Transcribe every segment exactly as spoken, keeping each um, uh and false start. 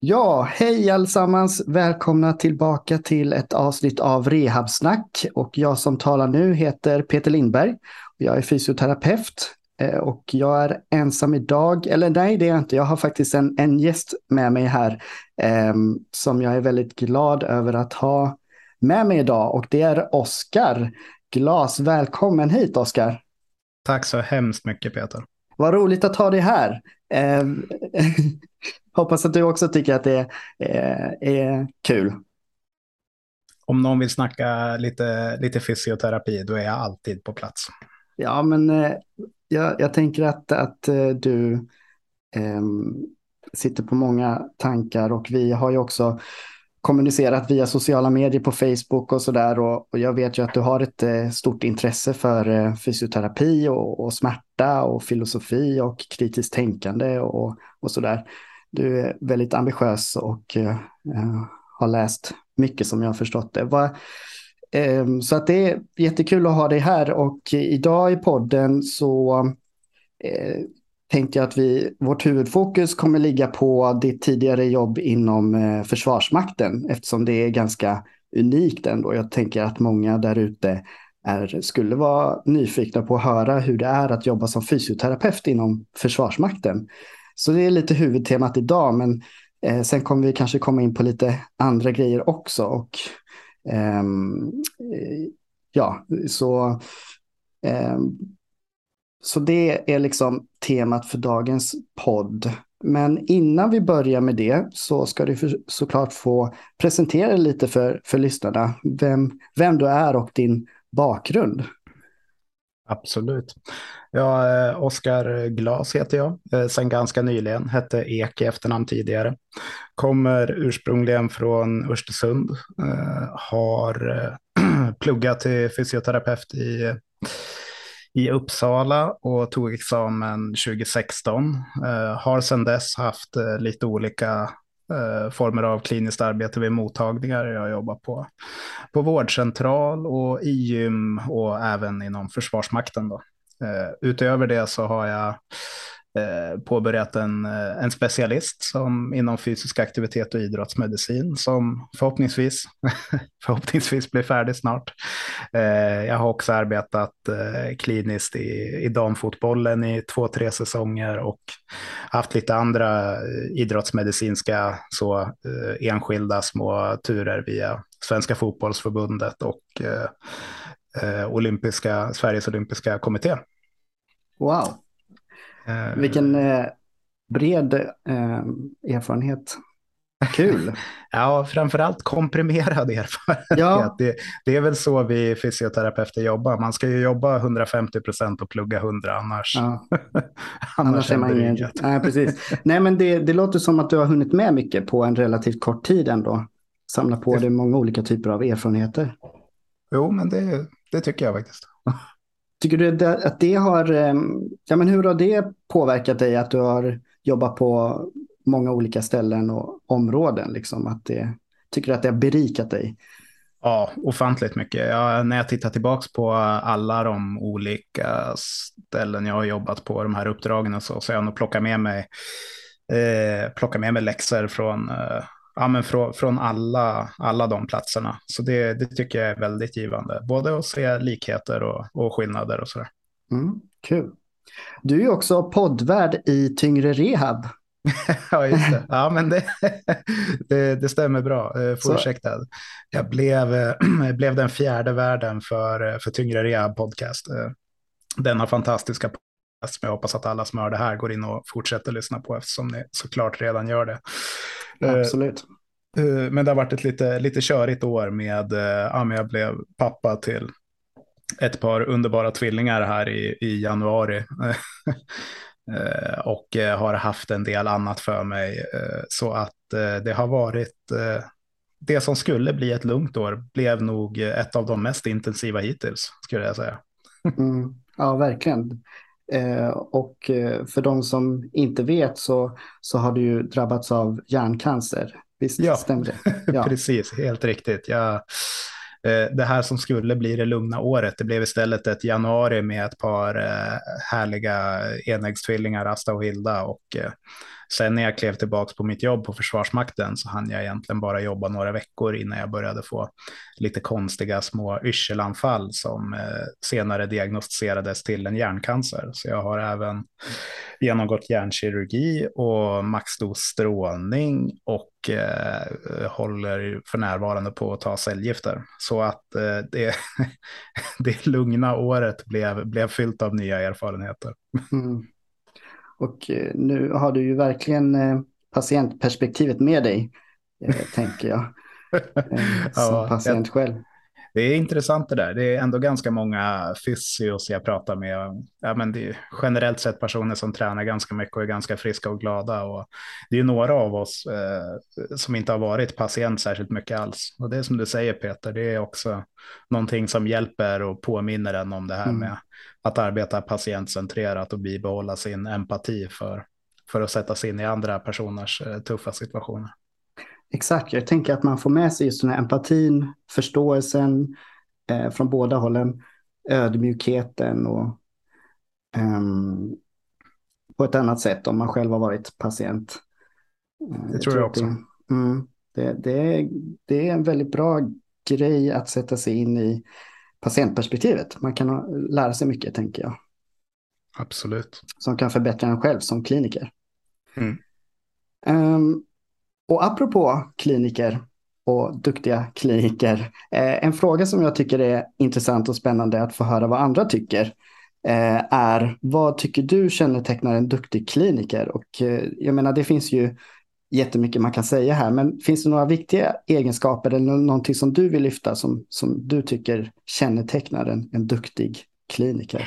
Ja, hej allesammans. Välkomna tillbaka till ett avsnitt av Rehabsnack. Och jag som talar nu heter Peter Lindberg. Jag är fysioterapeut eh, och jag är ensam idag. Eller nej, det är jag inte. Jag har faktiskt en, en gäst med mig här eh, som jag är väldigt glad över att ha med mig idag. Och det är Oskar Glas. Välkommen hit, Oskar. Tack så hemskt mycket, Peter. Vad roligt att ha dig här. Eh, hoppas att du också tycker att det är, eh, är kul. Om någon vill snacka lite, lite fysioterapi, då är jag alltid på plats. Ja, men eh, jag, jag tänker att, att eh, du eh, sitter på många tankar och vi har ju också kommunicerat via sociala medier på Facebook och sådär och, och jag vet ju att du har ett eh, stort intresse för eh, fysioterapi och, och smärta och filosofi och kritiskt tänkande och, och sådär. Du är väldigt ambitiös och eh, eh, har läst mycket som jag har förstått det. Vad, eh, så att det är jättekul att ha dig här och idag i podden så eh, tänkte jag att vi, vårt huvudfokus kommer ligga på ditt tidigare jobb inom eh, Försvarsmakten eftersom det är ganska unikt ändå. Jag tänker att många där ute är, skulle vara nyfikna på att höra hur det är att jobba som fysioterapeut inom Försvarsmakten. Så det är lite huvudtemat idag, men eh, sen kommer vi kanske komma in på lite andra grejer också. Och, ehm, eh, ja, så... ehm, så det är liksom temat för dagens podd. Men innan vi börjar med det så ska du för, såklart få presentera dig lite för, för lyssnarna. Vem, vem du är och din bakgrund. Absolut. Ja, eh, Oskar Glas heter jag. Eh, sen ganska nyligen. Hette Ek i efternamn tidigare. Kommer ursprungligen från Östersund. Eh, har eh, pluggat till fysioterapeut i i Uppsala och tog examen tjugo sexton. Eh, har sedan dess haft eh, lite olika eh, former av kliniskt arbete vid mottagningar. Jag jobbar på, på vårdcentral och i gym och även inom Försvarsmakten då. Eh, utöver det så har jag eh, påbörjat en, eh, en specialist som, inom fysisk aktivitet och idrottsmedicin som förhoppningsvis, förhoppningsvis blir färdig snart. Eh, jag har också arbetat eh, kliniskt i, i damfotbollen i två, tre säsonger och haft lite andra eh, idrottsmedicinska så, eh, enskilda små turer via Svenska fotbollsförbundet och eh, eh, olympiska, Sveriges olympiska kommitté. Wow, Eh, vilken eh, bred eh, erfarenhet. Kul. Ja, framförallt komprimerad erfarenhet. Ja, Det, det är väl så vi fysioterapeuter jobbar. Man ska ju jobba hundrafemtio procent och plugga hundra, annars, ja. annars Annars är händer man det ingen... inget. Nej, precis. Nej, men det, det låter som att du har hunnit med mycket på en relativt kort tid ändå. Samla på Det, dig många olika typer av erfarenheter. jo, men det, det tycker jag faktiskt. Tycker du det- att det har, eh, ja men hur har det påverkat dig att du har jobbat på många olika ställen och områden liksom? Att det, tycker du att det har berikat dig? Ja, ofantligt mycket. Ja, när jag tittar tillbaka på alla de olika ställen jag har jobbat på, de här uppdragen och så, så har jag nog plockat med mig, eh, plockat med mig läxor från, eh, ja, men från, från alla, alla de platserna. Så det, det tycker jag är väldigt givande. Både att se likheter och, och skillnader och sådär. Mm, kul. Du är ju också poddvärd i Tyngre Rehab. Ja, just det. Ja, men det, det, det stämmer bra. Eh, Får Så, ursäkta. Jag blev, eh, blev den fjärde värden för, eh, för Tyngre Rehab podcast. Eh, Denna fantastiska podcast som jag hoppas att alla som hör det här går in och fortsätter lyssna på eftersom ni såklart redan gör det. Eh, absolut. eh, Men det har varit ett lite, lite körigt år med, eh, ja, men jag blev pappa till ett par underbara tvillingar här i, i januari. Eh, och eh, har haft en del annat för mig. Eh, så att eh, det har varit eh, det som skulle bli ett lugnt år blev nog ett av de mest intensiva hittills, skulle jag säga. Mm, ja, verkligen. Eh, och eh, för de som inte vet så, så har du ju drabbats av hjärncancer. Visst Ja, stämmer det? Ja. precis, helt riktigt. Jag Eh, det här som skulle bli det lugna året, det blev istället ett januari med ett par eh, härliga enäggstvillingar, Asta och Hilda. Och eh, sen när jag klev tillbaka på mitt jobb på Försvarsmakten så hann jag egentligen bara jobba några veckor innan jag började få lite konstiga små yrselanfall som eh, senare diagnostiserades till en hjärncancer. Så jag har även genomgått hjärnkirurgi och maxdos strålning och eh, håller för närvarande på att ta cellgifter. Så att eh, det, det lugna året blev, blev fyllt av nya erfarenheter. Mm. Och eh, nu har du ju verkligen eh, patientperspektivet med dig, eh, tänker jag, eh, som Ja, jag, patient själv. det är intressant det där. Det är ändå ganska många fysios jag pratar med. Ja, men det är generellt sett personer som tränar ganska mycket och är ganska friska och glada. Och det är ju några av oss eh, som inte har varit patient särskilt mycket alls. Och det är som du säger Peter, det är också någonting som hjälper och påminner en om det här Mm. med att arbeta patientcentrerat och bibehålla sin empati för, för att sätta sig in i andra personers eh, tuffa situationer. Exakt, jag tänker att man får med sig just den här empatin, förståelsen eh, från båda hållen, ödmjukheten och ehm, på ett annat sätt om man själv har varit patient. Eh, Det tror jag att det, också. mm, det, det, är, det är en väldigt bra grej att sätta sig in i patientperspektivet. Man kan ha, lära sig mycket, tänker jag, Absolut. som kan förbättra en själv som kliniker. Mm. Ehm, och apropå kliniker och duktiga kliniker, eh, en fråga som jag tycker är intressant och spännande att få höra vad andra tycker eh, är, vad tycker du kännetecknar en duktig kliniker? Och eh, jag menar, det finns ju jättemycket man kan säga här, men finns det några viktiga egenskaper eller nå- någonting som du vill lyfta som, som du tycker kännetecknar en, en duktig kliniker?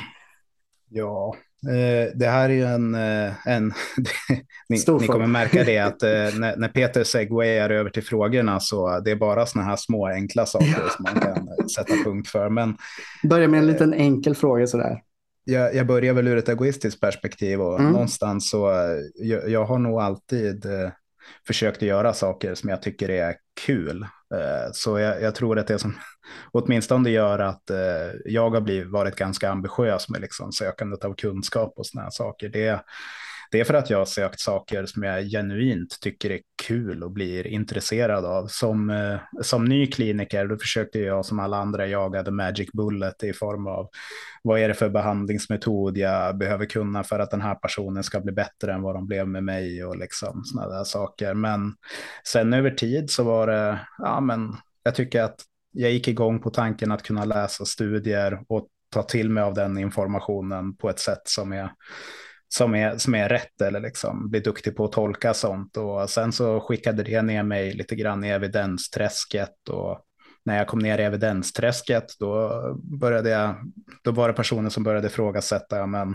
Ja, eh, det här är ju en... eh, en ni, Stor ni fråga. kommer märka det att eh, när, när Peter segwayar över till frågorna så det är bara såna här små enkla saker som man kan eh, sätta punkt för. Men Börja med en eh, liten enkel fråga sådär. jag, jag börjar väl ur ett egoistiskt perspektiv och Mm. någonstans så eh, jag, jag har nog alltid eh, försökt att göra saker som jag tycker är kul. Eh, så jag, jag tror att det som åtminstone gör att eh, jag har blivit, varit ganska ambitiös med liksom sökandet av kunskap och såna här saker. Det, det är för att jag har sökt saker som jag genuint tycker är kul och blir intresserad av. Som, eh, som ny kliniker då försökte jag som alla andra jaga the magic bullet i form av vad är det för behandlingsmetod jag behöver kunna för att den här personen ska bli bättre än vad de blev med mig och liksom såna där saker. Men sen över tid så var det, ja men jag tycker att jag gick igång på tanken att kunna läsa studier och ta till mig av den informationen på ett sätt som är som är, som är rätt eller liksom bli duktig på att tolka sånt. Och sen så skickade det ner mig lite grann i evidensträsket och när jag kom ner i evidensträsket då började jag, då var det personer som började ifrågasätta, ja, men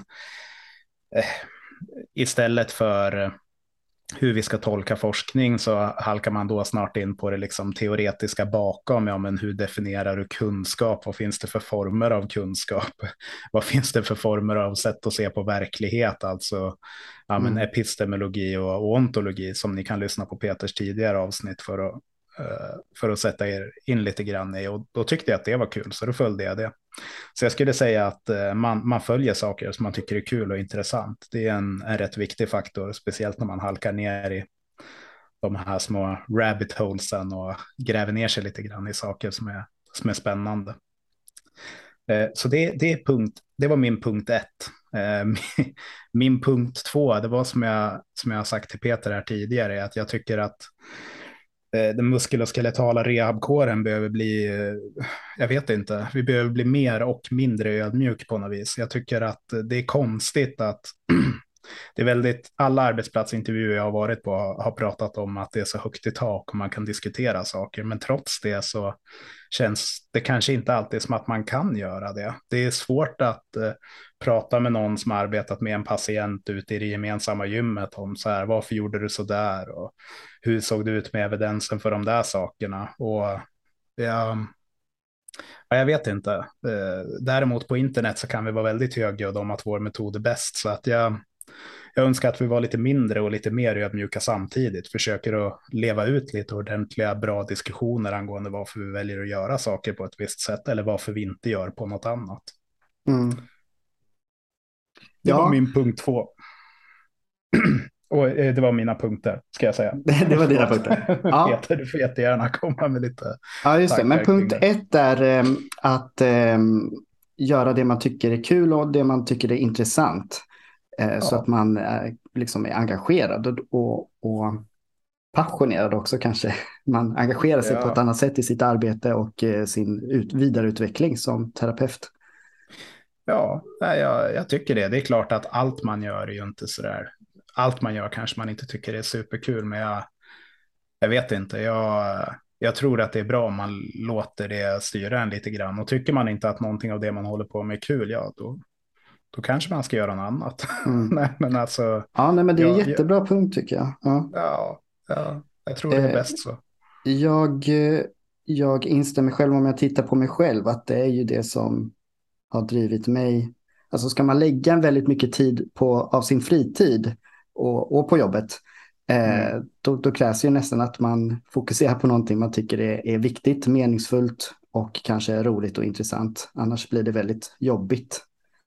eh, istället för hur vi ska tolka forskning så halkar man då snart in på det liksom teoretiska bakom. Ja, men hur definierar du kunskap? Vad finns det för former av kunskap? Vad finns det för former av sätt att se på verklighet? Alltså ja, men Mm. epistemologi och, och ontologi som ni kan lyssna på Peters tidigare avsnitt för att, uh, för att sätta er in lite grann i. Och då tyckte jag att det var kul, så då följde jag det. Så jag skulle säga att uh, man, man följer saker som man tycker är kul och intressant. Det är en, en rätt viktig faktor, speciellt när man halkar ner i de här små rabbit holesen och gräver ner sig lite grann i saker som är, som är spännande. Uh, så det, det, är punkt, det var min punkt ett. Uh, min, min punkt två, det var som jag, som jag har sagt till Peter här tidigare, att jag tycker att den muskuloskeletala rehabkåren behöver bli, jag vet inte, vi behöver bli mer och mindre ödmjuk på något vis. Jag tycker att det är konstigt att det är väldigt, alla arbetsplatsintervjuer jag har varit på har pratat om att det är så högt i tak och man kan diskutera saker. Men trots det så känns det kanske inte alltid som att man kan göra det. Det är svårt att eh, prata med någon som har arbetat med en patient ute i det gemensamma gymmet om så här, varför gjorde du så där? Och hur såg det ut med evidensen för de där sakerna? Och ja, ja, jag vet inte. Eh, däremot på internet så kan vi vara väldigt högljudda om att vår metod är bäst. Så att jag jag önskar att vi var lite mindre och lite mer ödmjuka samtidigt. Försöker att leva ut lite ordentliga, bra diskussioner angående varför vi väljer att göra saker på ett visst sätt eller varför vi inte gör på något annat. Mm. Det var Ja, min punkt två. Och eh, det var mina punkter, ska jag säga. det, det var dina punkter. Ja. Peter, du får jättegärna komma med lite Ja, just det. Men tankar kring punkt det. ett är eh, att eh, göra det man tycker är kul och det man tycker är intressant. Eh, så att Ja, man eh, liksom är engagerad och, och, och passionerad också kanske. Man engagerar sig på ett ja. annat sätt i sitt arbete och eh, sin ut, vidareutveckling som terapeut. Ja, nej, jag, jag tycker det. Det är klart att allt man gör är ju inte sådär. Allt man gör kanske man inte tycker är superkul, men jag, jag vet inte. Jag, jag tror att det är bra om man låter det styra en lite grann. Och tycker man inte att någonting av det man håller på med är kul, ja, då, då kanske man ska göra något annat. Mm. Nej, men alltså, Ja, nej, men det är en jag, jag, jättebra punkt tycker jag. Ja. ja, ja, jag tror det är Eh, bäst så. jag, eh, jag instämmer själv om jag tittar på mig själv att det är ju det som har drivit mig. Alltså ska man lägga en väldigt mycket tid på, av sin fritid och, och på jobbet, Mm. eh, då, då krävs ju nästan att man fokuserar på någonting man tycker är, är viktigt, meningsfullt och kanske roligt och intressant. Annars blir det väldigt jobbigt.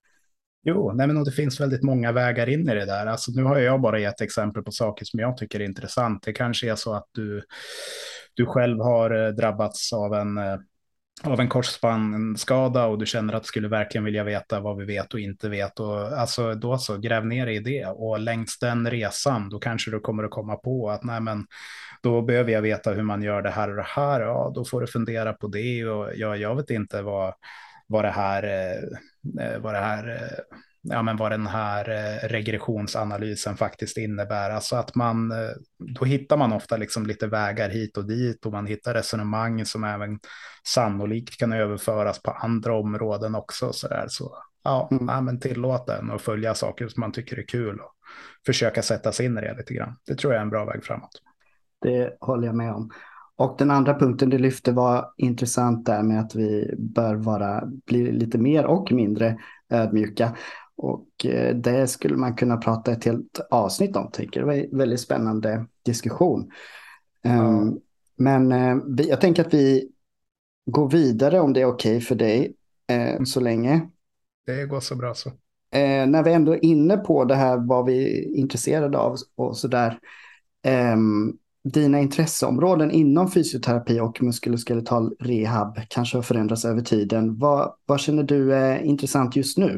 Jo, nej men och det finns väldigt många vägar in i det där. Alltså, nu har jag bara gett exempel på saker som jag tycker är intressant. Det kanske är så att du, du själv har eh, drabbats av en, eh, av en korsbandsskada och du känner att du skulle verkligen vilja veta vad vi vet och inte vet. Och, alltså, då så, gräv ner i det. Och längs den resan, då kanske du kommer att komma på att nej men, då behöver jag veta hur man gör det här och det här. Ja, då får du fundera på det. Och ja, jag vet inte vad vad det här, eh, vad det här, eh, ja men vad den här eh, regressionsanalysen faktiskt innebär. Alltså att man, eh, då hittar man ofta liksom lite vägar hit och dit och man hittar resonemang som även sannolikt kan överföras på andra områden också. Så, där. Så ja, Mm. ja, men tillåt den och följa saker som man tycker är kul och försöka sätta sig in i det lite grann. Det tror jag är en bra väg framåt. Det håller jag med om. Och den andra punkten du lyfte var intressant där med att vi bör vara, bli lite mer och mindre ödmjuka. Och eh, det skulle man kunna prata ett helt avsnitt om, tycker jag. Det var en väldigt spännande diskussion. Ja, Um, men eh, vi, jag tänker att vi går vidare om det är okej för dig eh, så länge. det går så bra så. Eh, när vi ändå är inne på det här vad vi är intresserade av och sådär. Ehm, dina intresseområden inom fysioterapi och muskuloskeletal rehab kanske har förändrats över tiden. Vad, vad känner du är intressant just nu?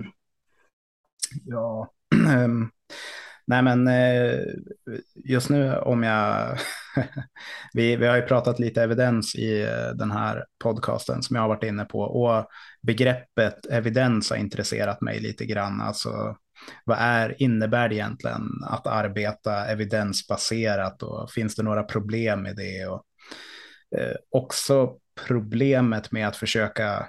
Ja, ehm, nej men eh, just nu om jag, vi, vi har ju pratat lite evidens i eh, den här podcasten som jag har varit inne på och begreppet evidens har intresserat mig lite grann. Alltså vad är, innebär det egentligen att arbeta evidensbaserat och finns det några problem med det? Och eh, också problemet med att försöka,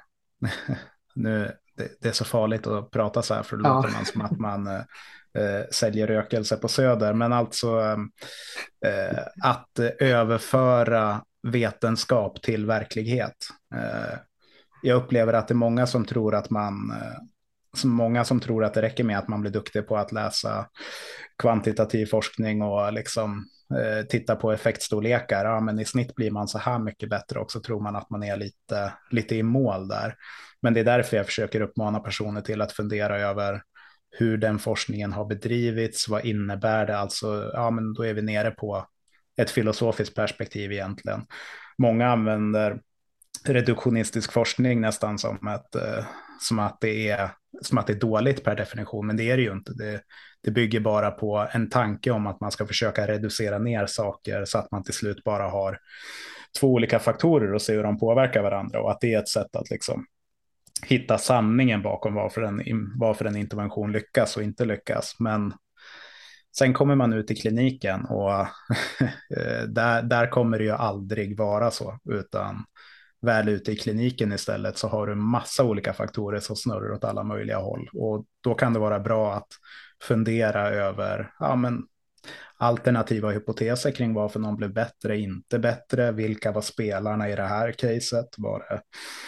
nu det, det är så farligt att prata så här för då Ja, låter man som att man eh, eh, säljer rökelse på Söder. Men alltså eh, att överföra vetenskap till verklighet. Eh, jag upplever att det är många som tror att man eh, som många som tror att det räcker med att man blir duktig på att läsa kvantitativ forskning och liksom eh, titta på effektstorlekar. Ja, men i snitt blir man så här mycket bättre och så tror man att man är lite, lite i mål där. Men det är därför jag försöker uppmana personer till att fundera över hur den forskningen har bedrivits. Vad innebär det? Alltså, ja, men då är vi nere på ett filosofiskt perspektiv egentligen. Många använder reduktionistisk forskning nästan som, ett, eh, som, att det är, som att det är dåligt per definition, men det är det ju inte. Det, det bygger bara på en tanke om att man ska försöka reducera ner saker så att man till slut bara har två olika faktorer och se hur de påverkar varandra och att det är ett sätt att liksom hitta sanningen bakom varför en, varför en intervention lyckas och inte lyckas. Men sen kommer man ut i kliniken och där, där kommer det ju aldrig vara så, utan väl ute i kliniken istället så har du massa olika faktorer som snurrar åt alla möjliga håll. Och då kan det vara bra att fundera över ja, men alternativa hypoteser kring varför någon blev bättre, inte bättre. Vilka var spelarna i det här caset? Var det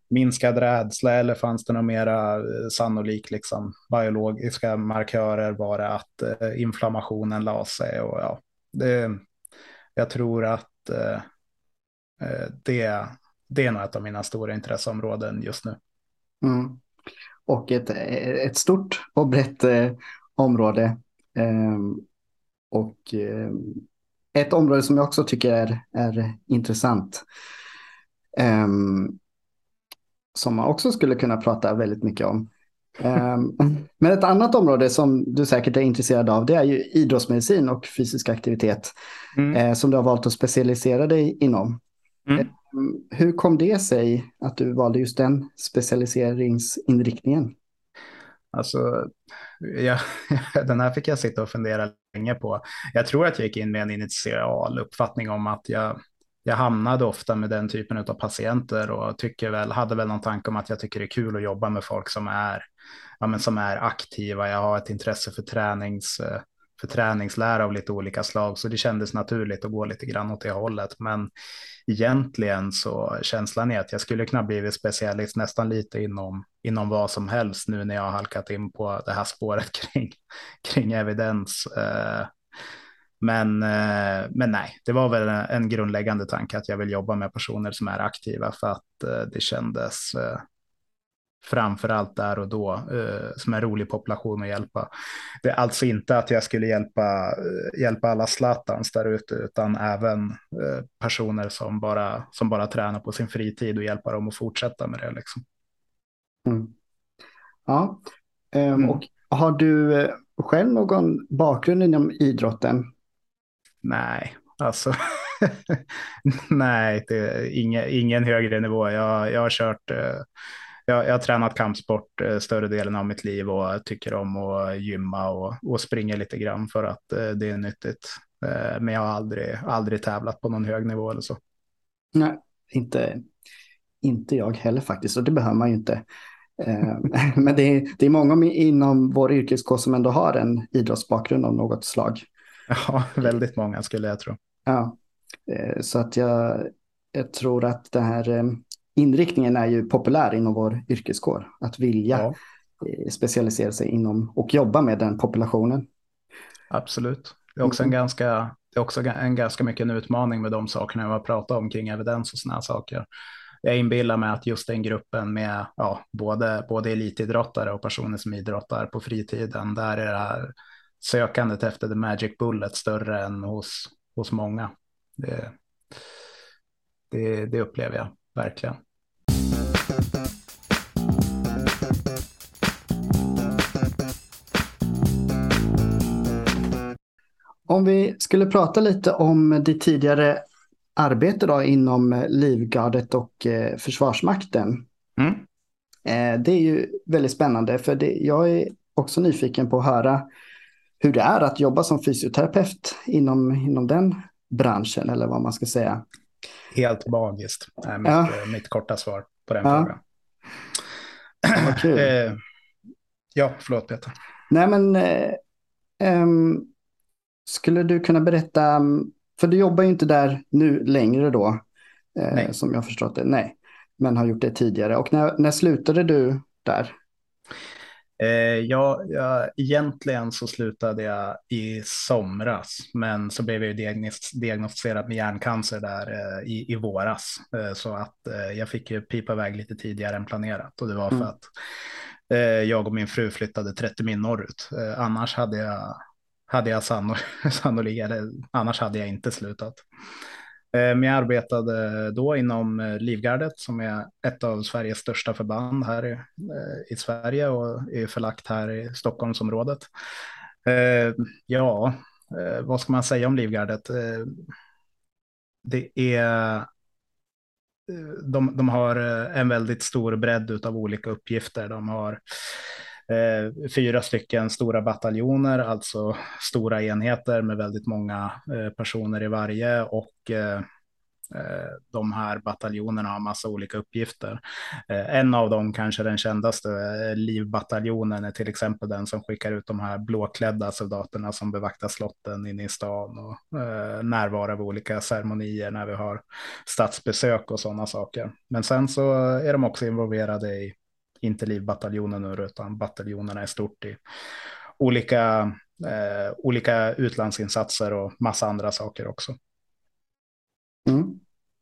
minskad rädsla, eller fanns det några mera eh, sannolik liksom, biologiska markörer? Var det att eh, inflammationen la sig? Och, ja, det, jag tror att eh, eh, det, det är nog ett av mina stora intresseområden just nu. Mm. Och ett, ett stort och brett eh, område. Ehm, och eh, ett område som jag också tycker är, är intressant. Ehm, som man också skulle kunna prata väldigt mycket om. Ehm, men ett annat område som du säkert är intresserad av, det är ju idrottsmedicin och fysisk aktivitet Mm. eh, som du har valt att specialisera dig inom. Mm. Ehm, hur kom det sig att du valde just den specialiseringsinriktningen? Alltså, jag, den här fick jag sitta och fundera länge på. Jag tror att jag gick in med en initial uppfattning om att jag, jag hamnade ofta med den typen av patienter och tycker väl, hade väl någon tanke om att jag tycker det är kul att jobba med folk som är, ja, men som är aktiva. Jag har ett intresse för tränings, för träningslära av lite olika slag, så det kändes naturligt att gå lite grann åt det hållet. Men egentligen så känslan är att jag skulle kunna bli specialist nästan lite inom, inom vad som helst nu när jag har halkat in på det här spåret kring, kring evidens. Men, men nej, det var väl en grundläggande tanke att jag vill jobba med personer som är aktiva, för att det kändes framför allt där och då eh, som en rolig population att hjälpa. Det är alltså inte att jag skulle hjälpa, hjälpa alla Zlatans där ute, utan även eh, personer som bara, som bara tränar på sin fritid och hjälpa dem att fortsätta med det. Liksom. Mm. Ja, ehm, Mm. och har du eh, själv någon bakgrund inom idrotten? Nej, alltså nej, det är ingen, ingen högre nivå. Jag, jag har kört eh, Jag, jag har tränat kampsport eh, större delen av mitt liv och tycker om att gymma och, och springa lite grann för att eh, det är nyttigt. Eh, men jag har aldrig, aldrig tävlat på någon hög nivå eller så. Nej, inte, inte jag heller faktiskt, och det behöver man ju inte. Eh, men det är, det är många inom vår yrkeskår som ändå har en idrottsbakgrund av något slag. Ja, väldigt många skulle jag tro. Ja, eh, så att jag, jag tror att den här eh, inriktningen är ju populär inom vår yrkeskår. Att vilja Ja, eh, specialisera sig inom och jobba med den populationen. absolut. Det är också en Mm. ganska, det är också en ganska mycket en utmaning med de sakerna jag har pratat om kring evidens och såna saker. Jag inbillar mig att just den gruppen med ja, både, både elitidrottare och personer som idrottar på fritiden, där är det här sökandet efter the magic bullet större än hos, hos många. Det, det, det upplever jag verkligen. Om vi skulle prata lite om ditt tidigare arbete då inom Livgardet och eh, Försvarsmakten. Mm. Eh, det är ju väldigt spännande, för det, jag är också nyfiken på att höra hur det är att jobba som fysioterapeut inom, inom den branschen, eller vad man ska säga. Helt magiskt är mitt, Ja. mitt korta svar på den Ja. frågan. Ja, vad kul. eh, ja, förlåt Peter. Nej, men eh, ehm, skulle du kunna berätta, för du jobbar ju inte där nu längre då, eh, Nej. som jag har förstått det. Nej, men har gjort det tidigare. Och när, när slutade du där? Eh, ja, ja, egentligen så slutade jag i somras, men så blev jag diagnos diagnostiserad med hjärncancer där eh, i, i våras. Eh, så att eh, jag fick ju pipa iväg lite tidigare än planerat, och det var för Mm. att eh, jag och min fru flyttade trettio mil norrut. Eh, annars hade jag, hade jag sanno sannolikt, eller annars hade jag inte slutat. Men jag arbetade då inom Livgardet, som är ett av Sveriges största förband här i, i Sverige och är förlagt här i Stockholmsområdet. Ja, vad ska man säga om Livgardet? Det är, de, de har en väldigt stor bredd av olika uppgifter. De har eh, fyra stycken stora bataljoner, alltså stora enheter med väldigt många eh, personer i varje, och eh, Eh, de här bataljonerna har massa olika uppgifter. Eh, en av dem, kanske den kändaste, eh, Livbataljonen, är till exempel den som skickar ut de här blåklädda soldaterna som bevaktar slotten inne i stan och eh, närvarar vid olika ceremonier när vi har statsbesök och sådana saker. Men sen så är de också involverade i, inte Livbataljonen nu, utan bataljonerna är stort i olika, eh, olika utlandsinsatser och massa andra saker också. Mm.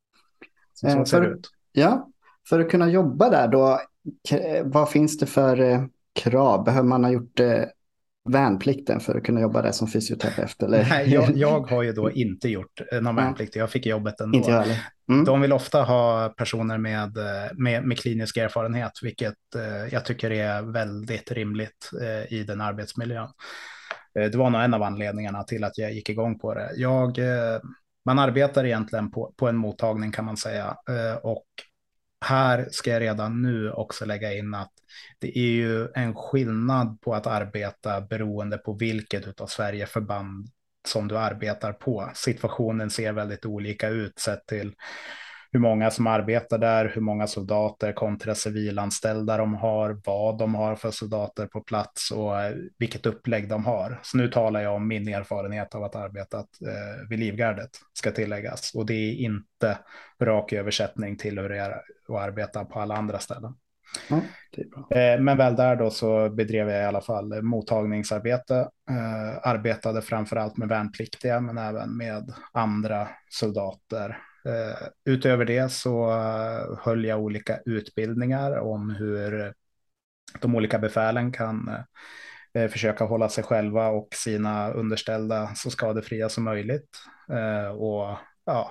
Så, Eh, så ser det för, ut. ja, för att kunna jobba där då, k- vad finns det för eh, krav? Behöver man ha gjort eh, värnplikten för att kunna jobba där som fysioterapeut? Eller? Nej, jag, jag har ju då inte gjort eh, någon Nej, värnplikt. Jag fick jobbet inte ändå. jag heller. Mm. De vill ofta ha personer med, eh, med, med klinisk erfarenhet, vilket eh, jag tycker är väldigt rimligt eh, i den arbetsmiljön. Eh, det var nog en av anledningarna till att jag gick igång på det. Jag, eh, man arbetar egentligen på, på en mottagning, kan man säga. Eh, och här ska jag redan nu också lägga in att det är ju en skillnad på att arbeta beroende på vilket av Sverige förband som du arbetar på. Situationen ser väldigt olika ut sett till hur många som arbetar där, hur många soldater kontra civilanställda de har, vad de har för soldater på plats och vilket upplägg de har. Så nu talar jag om min erfarenhet av att arbeta eh, vid Livgardet, ska tilläggas. Och det är inte rak översättning till hur det är att arbeta på alla andra ställen. Ja, det är bra. Men väl där då så bedrev jag i alla fall mottagningsarbete. Eh, arbetade framförallt med värnpliktiga men även med andra soldater. Eh, utöver det så eh, höll jag olika utbildningar om hur de olika befälen kan eh, försöka hålla sig själva och sina underställda så skadefria som möjligt. Eh, och ja,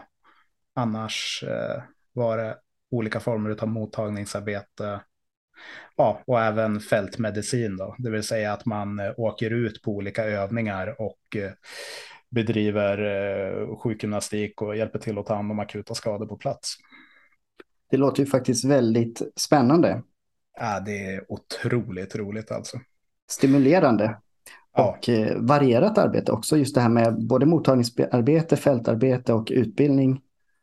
annars eh, var det olika former av mottagningsarbete. Ja, och även fältmedicin då, det vill säga att man eh, åker ut på olika övningar och eh, bedriver eh, sjukgymnastik och hjälper till att ta hand om akuta skador på plats. Det låter ju faktiskt väldigt spännande. Ja, det är otroligt roligt alltså. Stimulerande Ja, och eh, varierat arbete också. Just det här med både mottagningsarbete, fältarbete och utbildning.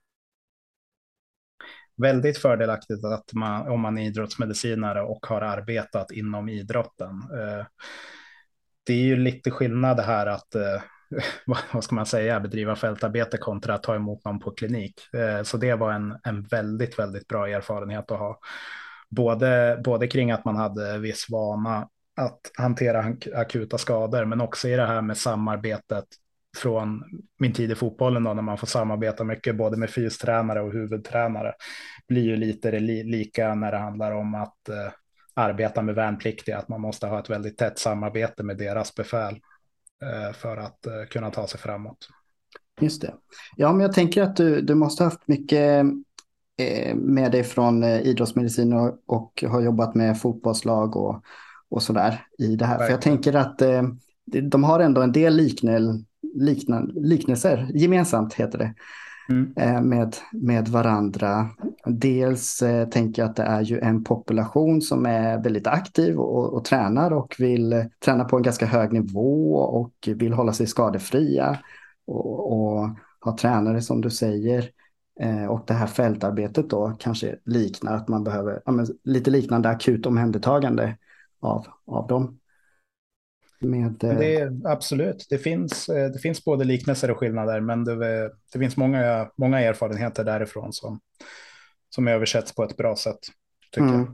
väldigt fördelaktigt att man, om man är idrottsmedicinare och har arbetat inom idrotten. Eh, det är ju lite skillnad det här att eh, vad ska man säga, bedriva fältarbete kontra att ta emot någon på klinik. Eh, så det var en, en väldigt, väldigt bra erfarenhet att ha. Både, både kring att man hade viss vana att hantera akuta skador, men också i det här med samarbetet från min tid i fotbollen då, när man får samarbeta mycket både med fystränare och huvudtränare, blir ju lite li lika när det handlar om att eh, arbeta med värnpliktiga, att man måste ha ett väldigt tätt samarbete med deras befäl eh, för att eh, kunna ta sig framåt. Just det. Ja, men jag tänker att du, du måste ha haft mycket eh, med dig från eh, idrottsmedicin och, och har jobbat med fotbollslag och, och sådär i det här. För jag Verkligen. tänker att eh, de har ändå en del liknel, liknan, liknelser, gemensamt heter det, Mm. eh, med, med varandra. Dels eh, tänker jag att det är ju en population som är väldigt aktiv och, och tränar och vill eh, träna på en ganska hög nivå och vill hålla sig skadefria och, och ha tränare som du säger. Eh, och det här fältarbetet då kanske liknar att man behöver ja, men, lite liknande akut omhändertagande av, av dem. Med, Men eh, det är absolut, det finns, eh, det finns både liknelser och skillnader, men det, det finns många, många erfarenheter därifrån som, som översätts på ett bra sätt, tycker jag. mm.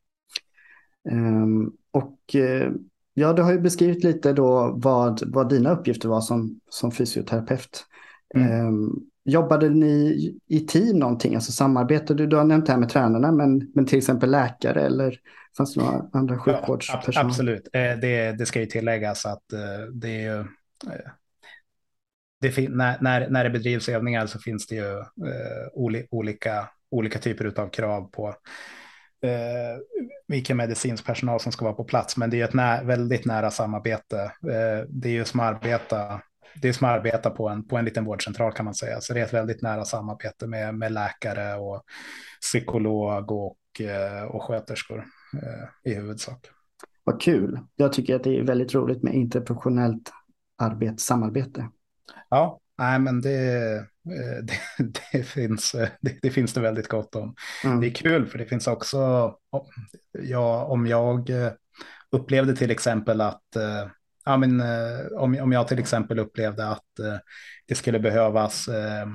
Um, och eh, ja, du har ju beskrivit lite då vad, vad dina uppgifter var som, som fysioterapeut. Mm. Um, jobbade ni i team någonting? Alltså samarbetade du? Du har nämnt det här med tränarna, men, men till exempel läkare eller fanns det några andra Ja, ab sjukvårdspersonal? absolut. Eh, Det, det ska ju tilläggas att eh, det är ju, eh, det när, när, när det bedrivs övningar så finns det ju eh, oli, olika, olika typer av krav på eh, vilken medicinsk personal som ska vara på plats. Men det är ju ett nä väldigt nära samarbete. Eh, det är ju som att arbeta, det är som att arbeta på en, på en liten vårdcentral, kan man säga. Så det är ett väldigt nära samarbete med, med läkare och psykolog och, eh, och sköterskor eh, i huvudsak. Vad kul. Jag tycker att det är väldigt roligt med interprofessionellt arbete, samarbete. Ja, Nej, men det, eh, det, det finns, eh, det, det finns det väldigt gott om. Det är Mm. kul för det finns också, ja, om jag eh, upplevde till exempel att, eh, ja, men, eh, om, om jag till exempel upplevde att eh, det skulle behövas eh,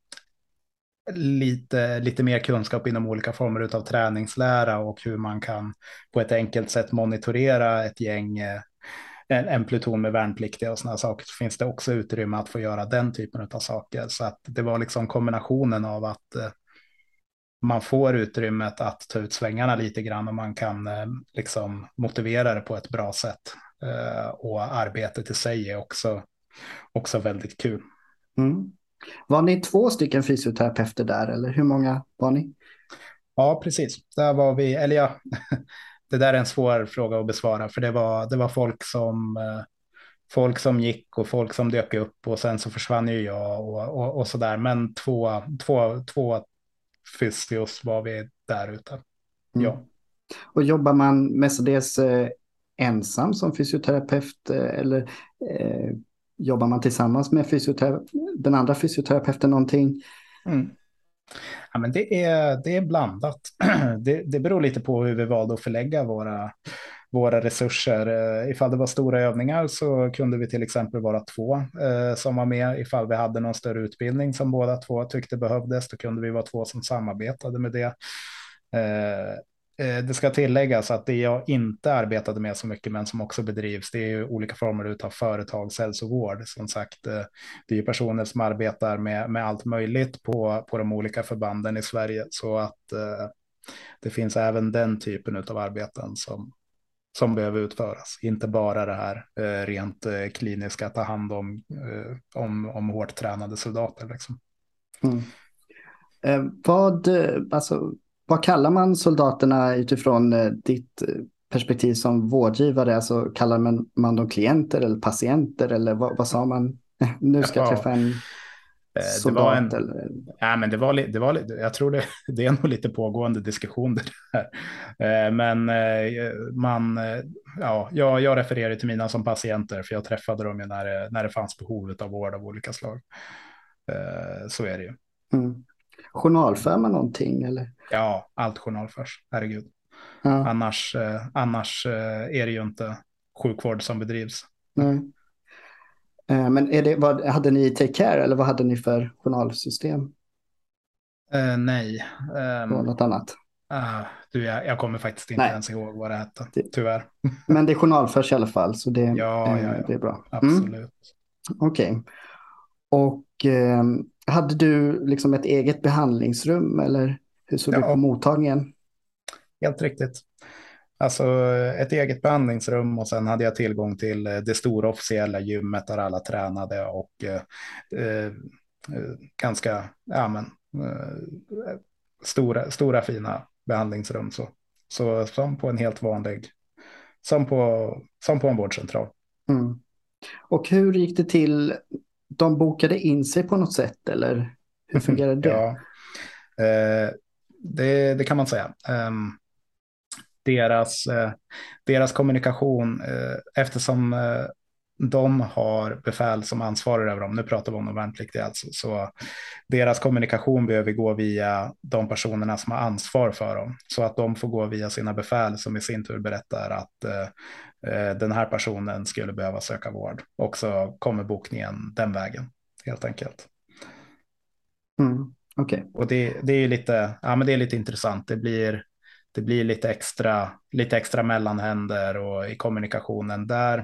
lite, lite mer kunskap inom olika former av träningslära och hur man kan på ett enkelt sätt monitorera ett gäng, eh, en, en pluton med värnpliktiga och sådana saker, så finns det också utrymme att få göra den typen av saker. Så att det var liksom kombinationen av att eh, man får utrymmet att ta ut svängarna lite grann och man kan eh, liksom motivera det på ett bra sätt. Eh, och arbetet i sig är också, också väldigt kul. Mm. Var ni två stycken fysioterapeuter där eller hur många var ni? Ja, precis. Där var vi, eller ja, det där är en svår fråga att besvara, för det var, det var folk som, eh, folk som gick och folk som dök upp och sen så försvann ju jag och, och, och sådär. Men två, två, två fysios var vi där ute. Mm. Ja. Och jobbar man mestadels eh, ensam som fysioterapeut eh, eller eh, jobbar man tillsammans med fysiotera- den andra fysioterapeuten någonting? Mm. Ja, men det är, det är blandat. Det, det beror lite på hur vi valde att förlägga våra, våra resurser. Eh, Ifall det var stora övningar så kunde vi till exempel vara två eh, som var med. Ifall vi hade någon större utbildning som båda två tyckte behövdes, då kunde vi vara två som samarbetade med det. Eh, eh, Det ska tilläggas att det jag inte arbetade med så mycket, men som också bedrivs, det är ju olika former av företagshälsovård. Som sagt, eh, det är ju personer som arbetar med, med allt möjligt på, på de olika förbanden i Sverige. Så att eh, det finns även den typen av arbeten som, som behöver utföras. Inte bara det här eh, rent eh, kliniska, ta hand om, eh, om, om hårt tränade soldater. Liksom. Mm. Eh, vad, eh, alltså, vad kallar man soldaterna utifrån eh, ditt eh, perspektiv som vårdgivare? Alltså, kallar man, man dem klienter eller patienter eller vad, vad sa man? Nu ska jag Ja, träffa en eh, det var soldat en, eller... ja, men det var, li- det var, li- jag tror det, det är nog lite pågående diskussion det där. Eh, Men eh, man, eh, ja, jag, jag refererar till mina som patienter, för jag träffade dem ju när det, när det fanns behov av vård av olika slag. Eh, Så är det ju. Mm. Journalför man någonting eller? Ja, allt journalförs, herregud. Ja, Annars, eh, annars eh, är det ju inte sjukvård som bedrivs. nej. Eh, Men är det, vad, hade ni Take Care eller vad hade ni för journalsystem? Eh, nej, Det var Ehm, något annat. ah, du, jag, jag kommer faktiskt inte Nej, ens ihåg vad det hette, det, tyvärr. men det journalförs i alla fall så det, Ja, ja, eh, ja, det är bra. Mm, absolut. okej. Och eh, hade du liksom ett eget behandlingsrum eller hur såg det ut på Ja, mottagningen? helt riktigt. Alltså ett eget behandlingsrum och sen hade jag tillgång till eh, det stora officiella gymmet där alla tränade och eh, eh, eh, ganska, ja men, eh, stora, stora fina behandlingsrum så. Så som på en helt vanlig, som på, som på en vårdcentral. Mm. Och hur gick det till? De bokade in sig på något sätt eller hur fungerade det? Ja, eh, det, det kan man säga. Ehm, deras, eh, deras kommunikation, eh, eftersom eh, de har befäl som ansvarar över dem, nu pratar vi om de värnpliktiga alltså, så deras kommunikation behöver gå via de personerna som har ansvar för dem, så att de får gå via sina befäl som i sin tur berättar att eh, eh, den här personen skulle behöva söka vård, och så kommer bokningen den vägen helt enkelt. Mm. Okej. Och det, det är ju lite, ja, men det är lite intressant. Det blir, det blir lite extra, lite extra mellanhänder och i kommunikationen där,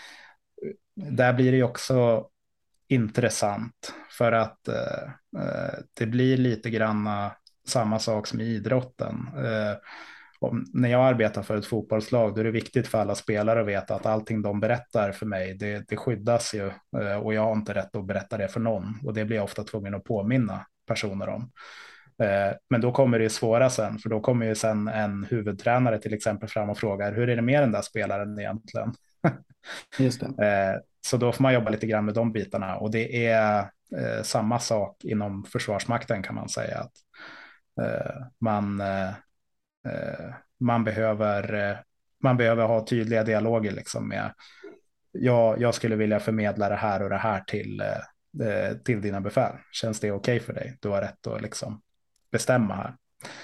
där blir det ju också intressant för att eh, eh, det blir lite granna samma sak som i idrotten. Eh, om, när jag arbetar för ett fotbollslag, då är det viktigt för alla spelare att veta att allting de berättar för mig, det, det skyddas ju, eh, och jag har inte rätt att berätta det för någon, och det blir jag ofta tvungen att påminna personer om. Eh, Men då kommer det svåra sen, för då kommer ju sen en huvudtränare till exempel fram och frågar hur är det med den där spelaren egentligen? Just det. Eh, Så då får man jobba lite grann med de bitarna, och det är eh, samma sak inom Försvarsmakten kan man säga. Att eh, man, eh, eh, man, behöver, eh, man behöver ha tydliga dialoger liksom med, jag, jag skulle vilja förmedla det här och det här till, eh, eh, till dina befäl. Känns det okej för dig? Du har rätt att liksom bestämma här.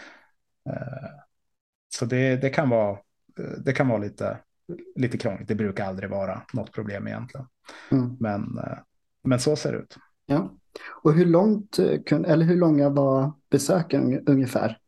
Eh, så det, det kan vara, det kan vara lite, lite krångligt. Det brukar aldrig vara något problem egentligen. Mm. Men, eh, men så ser det ut. Ja. Och hur långt, eh, kun- eller hur långa var besöken unge- ungefär?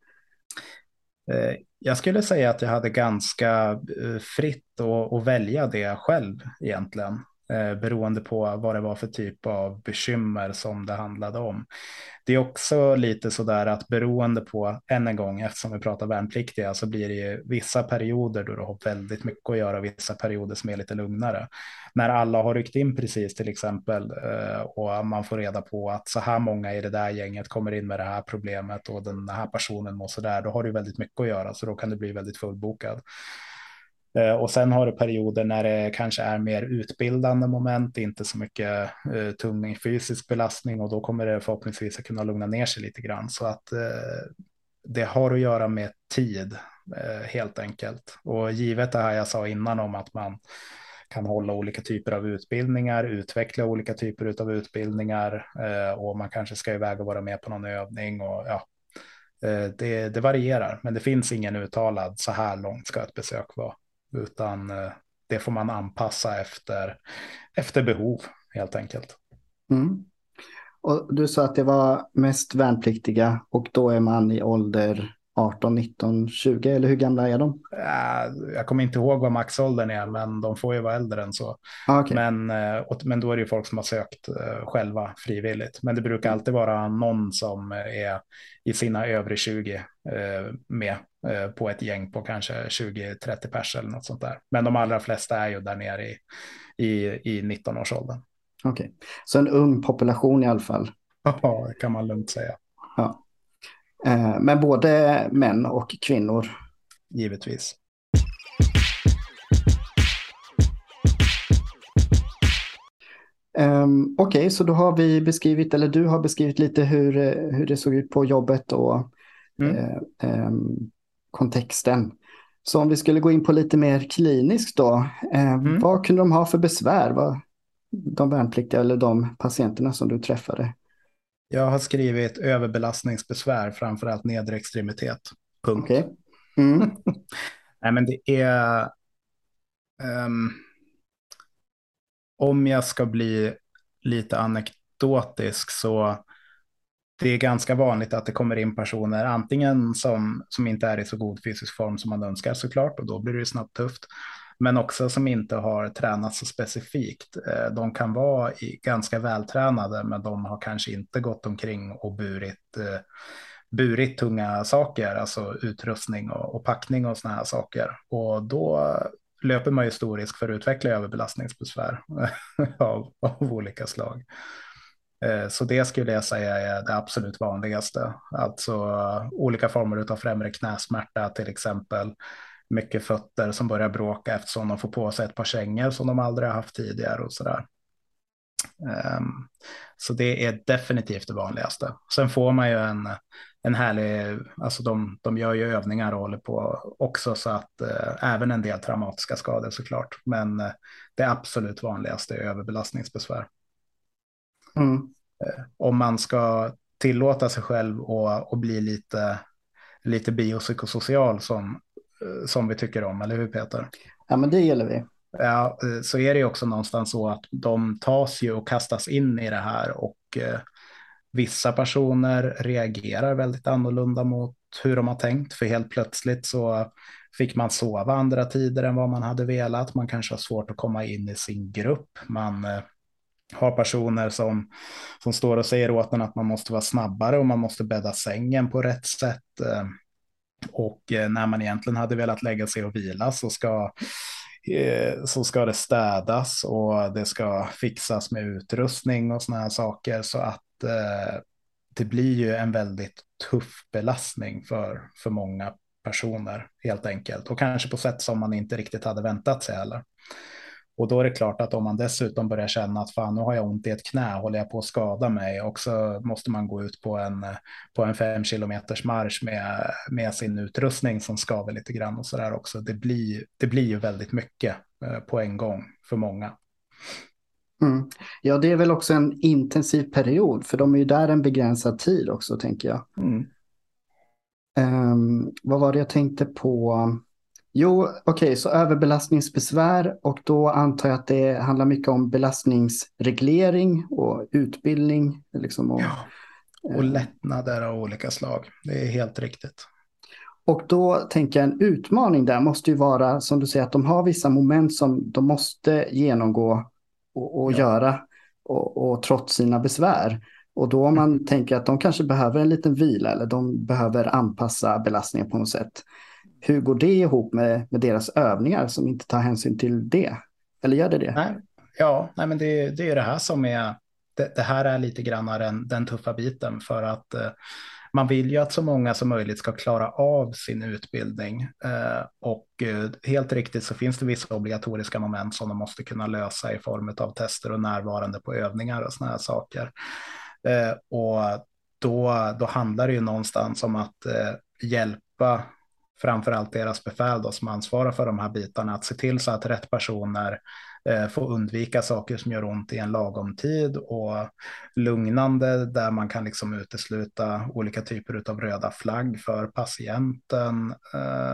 Eh, Jag skulle säga att jag hade ganska eh, fritt att, att välja det själv egentligen. Eh, beroende på vad det var för typ av bekymmer som det handlade om. Det är också lite sådär att beroende på, än en gång, eftersom vi pratar värnpliktiga, så blir det ju vissa perioder då du har väldigt mycket att göra, vissa perioder som är lite lugnare. När alla har ryckt in precis till exempel eh, och man får reda på att så här många i det där gänget kommer in med det här problemet och den här personen mår så där, då har du väldigt mycket att göra, så då kan det bli väldigt fullbokad. Eh, Och sen har du perioder när det kanske är mer utbildande moment, inte så mycket eh, tung fysisk belastning, och då kommer det förhoppningsvis att kunna lugna ner sig lite grann. Så att eh, det har att göra med tid eh, helt enkelt. Och givet det här jag sa innan om att man kan hålla olika typer av utbildningar, utveckla olika typer av utbildningar eh, och man kanske ska iväg och vara med på någon övning och ja, eh, det, det varierar. Men det finns ingen uttalad så här långt ska ett besök vara, utan eh, det får man anpassa efter, efter behov helt enkelt. Mm. Och du sa att det var mest värnpliktiga och då är man i ålder arton, nitton, tjugo, eller hur gamla är de? Äh, jag kommer inte ihåg vad maxåldern är, men de får ju vara äldre än så. Ah, okej. Men, eh, och, men då är det ju folk som har sökt eh, själva frivilligt. Men det brukar alltid vara någon som är i sina övre tjugo eh, med eh, på ett gäng på kanske tjugo trettio pers eller något sånt där. Men de allra flesta är ju där nere i, i, i nitton-årsåldern. Okej. Så en ung population i alla fall. Ja, det kan man lugnt säga. Ja. Eh, men både män och kvinnor. Givetvis. Um, Okej, så då har vi beskrivit, eller du har beskrivit lite hur, eh, hur det såg ut på jobbet och Mm. eh, ehm, kontexten. Så om vi skulle gå in på lite mer kliniskt då. Eh, Mm. vad kunde de ha för besvär? Vad, de värnpliktiga eller de patienterna som du träffade? Jag har skrivit överbelastningsbesvär, framförallt nedre extremitet. Punkt. Okej. Mm. Nej, men det är... ehm, om jag ska bli lite anekdotisk så det är ganska vanligt att det kommer in personer antingen som, som inte är i så god fysisk form som man önskar såklart, och då blir det ju snabbt tufft. Men också som inte har tränat så specifikt. Eh, De kan vara i, ganska vältränade, men de har kanske inte gått omkring och burit, eh, burit tunga saker, alltså utrustning och, och packning och såna här saker. Och då löper man ju stor risk för att utveckla överbelastningsbesvär av, av olika slag. Eh, Så det skulle jag säga är det absolut vanligaste. Alltså eh, olika former av främre knäsmärta till exempel. Mycket fötter som börjar bråka eftersom de får på sig ett par kängor som de aldrig har haft tidigare och sådär. Um, så det är definitivt det vanligaste. Sen får man ju en, en härlig, alltså de, de gör ju övningar och håller på också, så att uh, även en del traumatiska skador såklart. Men uh, det absolut vanligaste är överbelastningsbesvär. Mm. Om man ska tillåta sig själv och, och bli lite, lite biopsykosocial som, eh, som vi tycker om, eller hur Peter? Ja, men det gäller vi. Ja, eh, så är det ju också någonstans så att de tas ju och kastas in i det här, och eh, vissa personer reagerar väldigt annorlunda mot hur de har tänkt, för helt plötsligt så fick man sova andra tider än vad man hade velat. Man kanske har svårt att komma in i sin grupp. Man eh, har personer som, som står och säger åt en att man måste vara snabbare och man måste bädda sängen på rätt sätt. eh, Och eh, när man egentligen hade velat lägga sig och vila så ska, eh, så ska det städas och det ska fixas med utrustning och såna här saker. Så att eh, det blir ju en väldigt tuff belastning för, för många personer helt enkelt. Och kanske på sätt som man inte riktigt hade väntat sig heller. Och då är det klart att om man dessutom börjar känna att fan, nu har jag ont i ett knä, håller jag på att skada mig, och så måste man gå ut på en, på en fem kilometers marsch med, med sin utrustning som skaver lite grann och sådär också. Det blir, det blir ju väldigt mycket eh, på en gång för många. Mm. Ja, det är väl också en intensiv period, för de är ju där en begränsad tid också, tänker jag. Mm. Ehm, vad var det jag tänkte på? Jo, okej, så överbelastningsbesvär, och då antar jag att det handlar mycket om belastningsreglering och utbildning. Liksom, och, Ja. Och eh, lättnader av olika slag. Det är helt riktigt. och då tänker jag en utmaning där måste ju vara, som du säger, att de har vissa moment som de måste genomgå och, och Ja. göra och, och trots sina besvär. Och då om man tänker att de kanske behöver en liten vila eller de behöver anpassa belastningen på något sätt. Hur går det ihop med, med deras övningar som inte tar hänsyn till det? Eller gör det det? Nej, ja, nej, men det, det är det här som är, det, det här är lite grann den, den tuffa biten för att eh, man vill ju att så många som möjligt ska klara av sin utbildning eh, och eh, helt riktigt så finns det vissa obligatoriska moment som de måste kunna lösa i form av tester och närvarande på övningar och såna här saker. Eh, och då, då handlar det ju någonstans om att eh, hjälpa framförallt deras befäl då, som ansvarar för de här bitarna, att se till så att rätt personer eh, får undvika saker som gör ont i en lagom tid och lugnande där man kan liksom utesluta olika typer av röda flagg för patienten eh,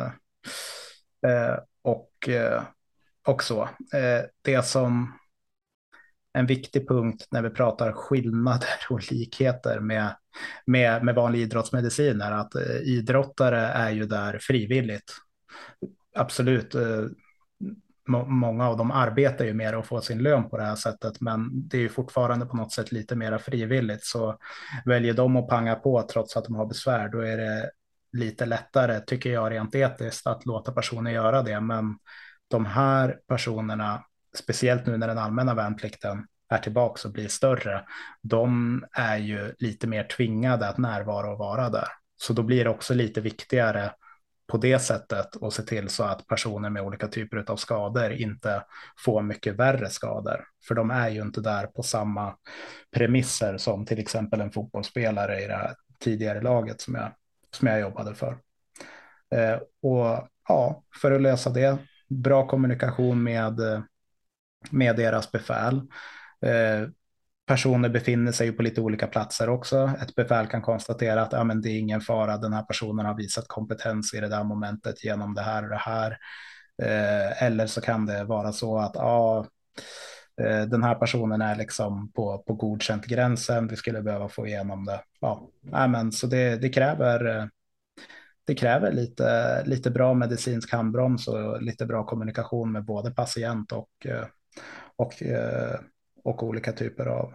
eh, och, eh, och så. Eh, det som en viktig punkt när vi pratar skillnader och likheter med, med, med vanlig idrottsmedicin är att eh, idrottare är ju där frivilligt. Absolut, eh, må, många av dem arbetar ju mer och får sin lön på det här sättet, men det är ju fortfarande på något sätt lite mer frivilligt. Så väljer de att panga på trots att de har besvär, då är det lite lättare, tycker jag rent etiskt, att låta personer göra det. Men de här personerna, speciellt nu när den allmänna värnplikten är tillbaka och blir större, de är ju lite mer tvingade att närvara och vara där. Så då blir det också lite viktigare på det sättet och se till så att personer med olika typer av skador inte får mycket värre skador. För de är ju inte där på samma premisser som till exempel en fotbollsspelare i det här tidigare laget som jag, som jag jobbade för. Eh, och ja, för att lösa det, bra kommunikation med, med deras befäl. Eh, personer befinner sig på lite olika platser också. Ett befäl kan konstatera att ja, men det är ingen fara, den här personen har visat kompetens i det där momentet genom det här och det här. Eh, eller så kan det vara så att ja, eh, den här personen är liksom på, på godkänt gränsen, vi skulle behöva få igenom det. Ja, ja men, så det, det kräver, eh, det kräver lite, lite bra medicinsk handbroms och lite bra kommunikation med både patient och, eh, och, eh, och olika typer av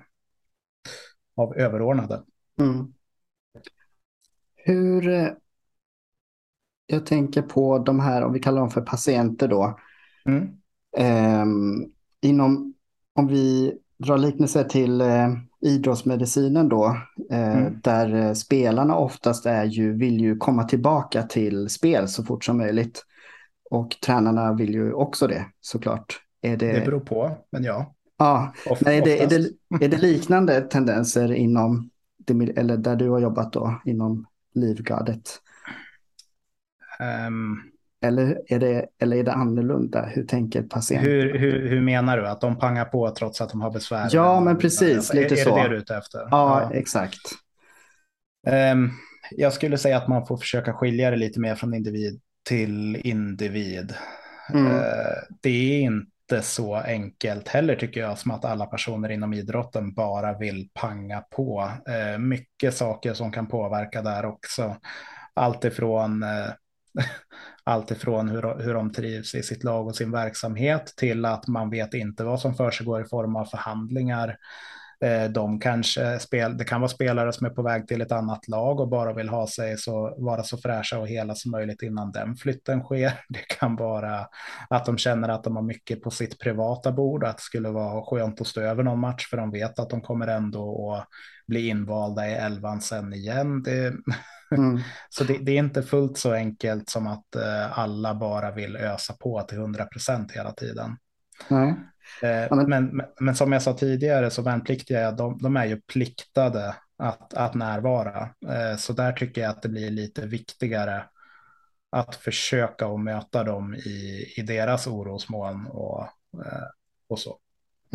av överordnade. Mm. Hur, eh, jag tänker på de här, om vi kallar dem för patienter då. Mm. Ehm, inom, om vi drar liknelser till eh, idrottsmedicinen då, eh, Mm. där eh, spelarna oftast är ju, vill ju komma tillbaka till spel så fort som möjligt. Och tränarna vill ju också det, såklart. Är Det det, beror på, men ja, ja, of, men är det, är oftast. det, är det liknande tendenser inom, det, mil- eller där du har jobbat då, inom Livgardet? Um, Eller är det, eller är det annorlunda? Hur tänker hur, patienterna? hur, hur menar du? Att de pangar på trots att de har besvär och Ja, ändå men vill precis, börja? Är, lite är det det så. du är ute efter? Ja, Ja. exakt. Um, jag skulle säga att man får försöka skilja det lite mer från individ till individ. Mm, Uh, det är inte så enkelt heller tycker jag, som att alla personer inom idrotten bara vill panga på. Uh, mycket saker som kan påverka där också. Allt ifrån uh, allt ifrån hur, hur de trivs i sitt lag och sin verksamhet till att man vet inte vad som försiggår i form av förhandlingar. Eh, De kanske spel, det kan vara spelare som är på väg till ett annat lag och bara vill ha sig så, vara så fräscha och hela som möjligt innan den flytten sker. Det kan vara att de känner att de har mycket på sitt privata bord, att det skulle vara skönt att stå över någon match för de vet att de kommer ändå att bli invalda i elvan sen igen. Det, mm, så det, det är inte fullt så enkelt som att eh, alla bara vill ösa på till hundra procent hela tiden. nej. Eh, Ja, men, men, men, men som jag sa tidigare så värnpliktiga, de, de är ju pliktade att, att närvara. Eh, så där tycker jag att det blir lite viktigare att försöka att möta dem i, i deras orosmoln och, eh, och så. mm.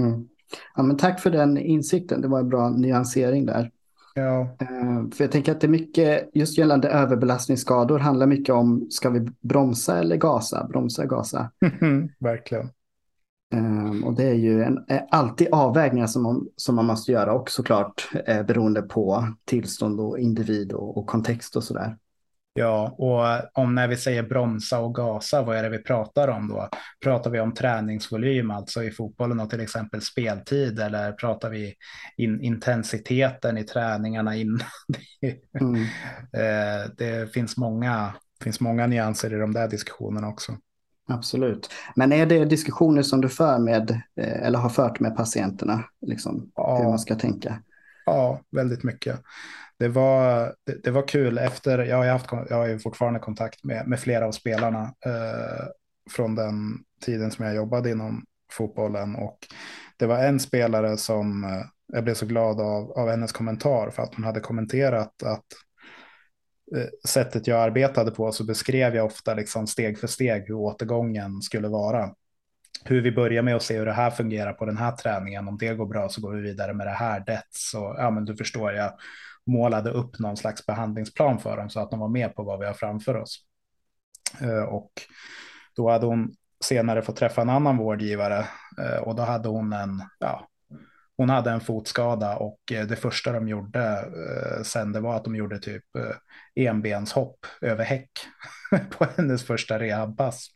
Ja, men tack för den insikten. Det var en bra nyansering där. Ja, Eh, För jag tänker att det är mycket, just gällande överbelastningsskador, handlar mycket om, ska vi bromsa eller gasa? Bromsa, gasa. verkligen. Um, och det är ju en, är alltid avvägningar som man, som man måste göra och såklart eh, beroende på tillstånd och individ och, och kontext och sådär. Ja, och om när vi säger bromsa och gasa, vad är det vi pratar om då? Pratar vi om träningsvolym, alltså i fotbollen och till exempel speltid, eller pratar vi in, intensiteten i träningarna in? Mm, Eh, det finns många, finns många nyanser i de där diskussionerna också. absolut. Men är det diskussioner som du för med eh, eller har fört med patienterna, liksom, hur man Ja, ska tänka? ja, väldigt mycket. Det var, det, det var kul efter, jag har ju haft, jag har ju fortfarande kontakt med, med flera av spelarna eh, från den tiden som jag jobbade inom fotbollen, och det var en spelare som eh, jag blev så glad av, av hennes kommentar, för att hon hade kommenterat att eh, sättet jag arbetade på, så beskrev jag ofta liksom steg för steg hur återgången skulle vara. Hur vi börjar med att se hur det här fungerar på den här träningen. Om det går bra så går vi vidare med det här. Det. Så, ja, men du förstår, jag målade upp någon slags behandlingsplan för dem så att de var med på vad vi har framför oss. Eh, och då hade hon senare fått träffa en annan vårdgivare, eh, och då hade hon en, ja, hon hade en fotskada, och eh, det första de gjorde eh, sen, det var att de gjorde typ eh, enbenshopp över häck på hennes första rehabpass.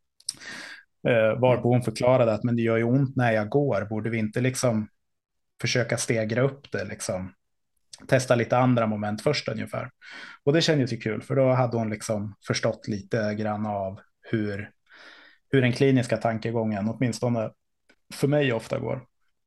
Eh, varpå hon förklarade att men det gör ju ont när jag går, borde vi inte liksom försöka stegra upp det, liksom testa lite andra moment först ungefär. Och det kändes ju kul, för då hade hon liksom förstått lite grann av hur, hur den kliniska tankegången, åtminstone för mig, ofta går.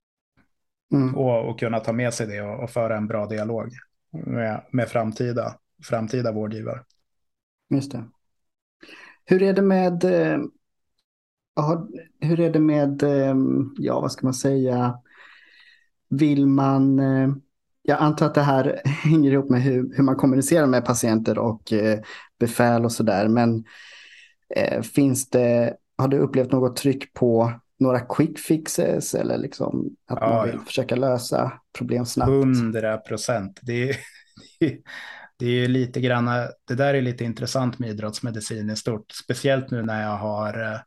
Mm, Och, och kunna ta med sig det och, och föra en bra dialog med, med framtida, framtida vårdgivare. just det. Hur är det med, eh, ja, hur är det med, eh, ja vad ska man säga, vill man, eh, jag antar att det här hänger ihop med hur, hur man kommunicerar med patienter och eh, befäl och sådär, men eh, finns det, har du upplevt något tryck på några quick fixes eller liksom att man Ja, vill ja. försöka lösa problem snabbt? Hundra procent. Det är, det är ju lite grann, det där är lite intressant med idrottsmedicin i stort, speciellt nu när jag har, eh,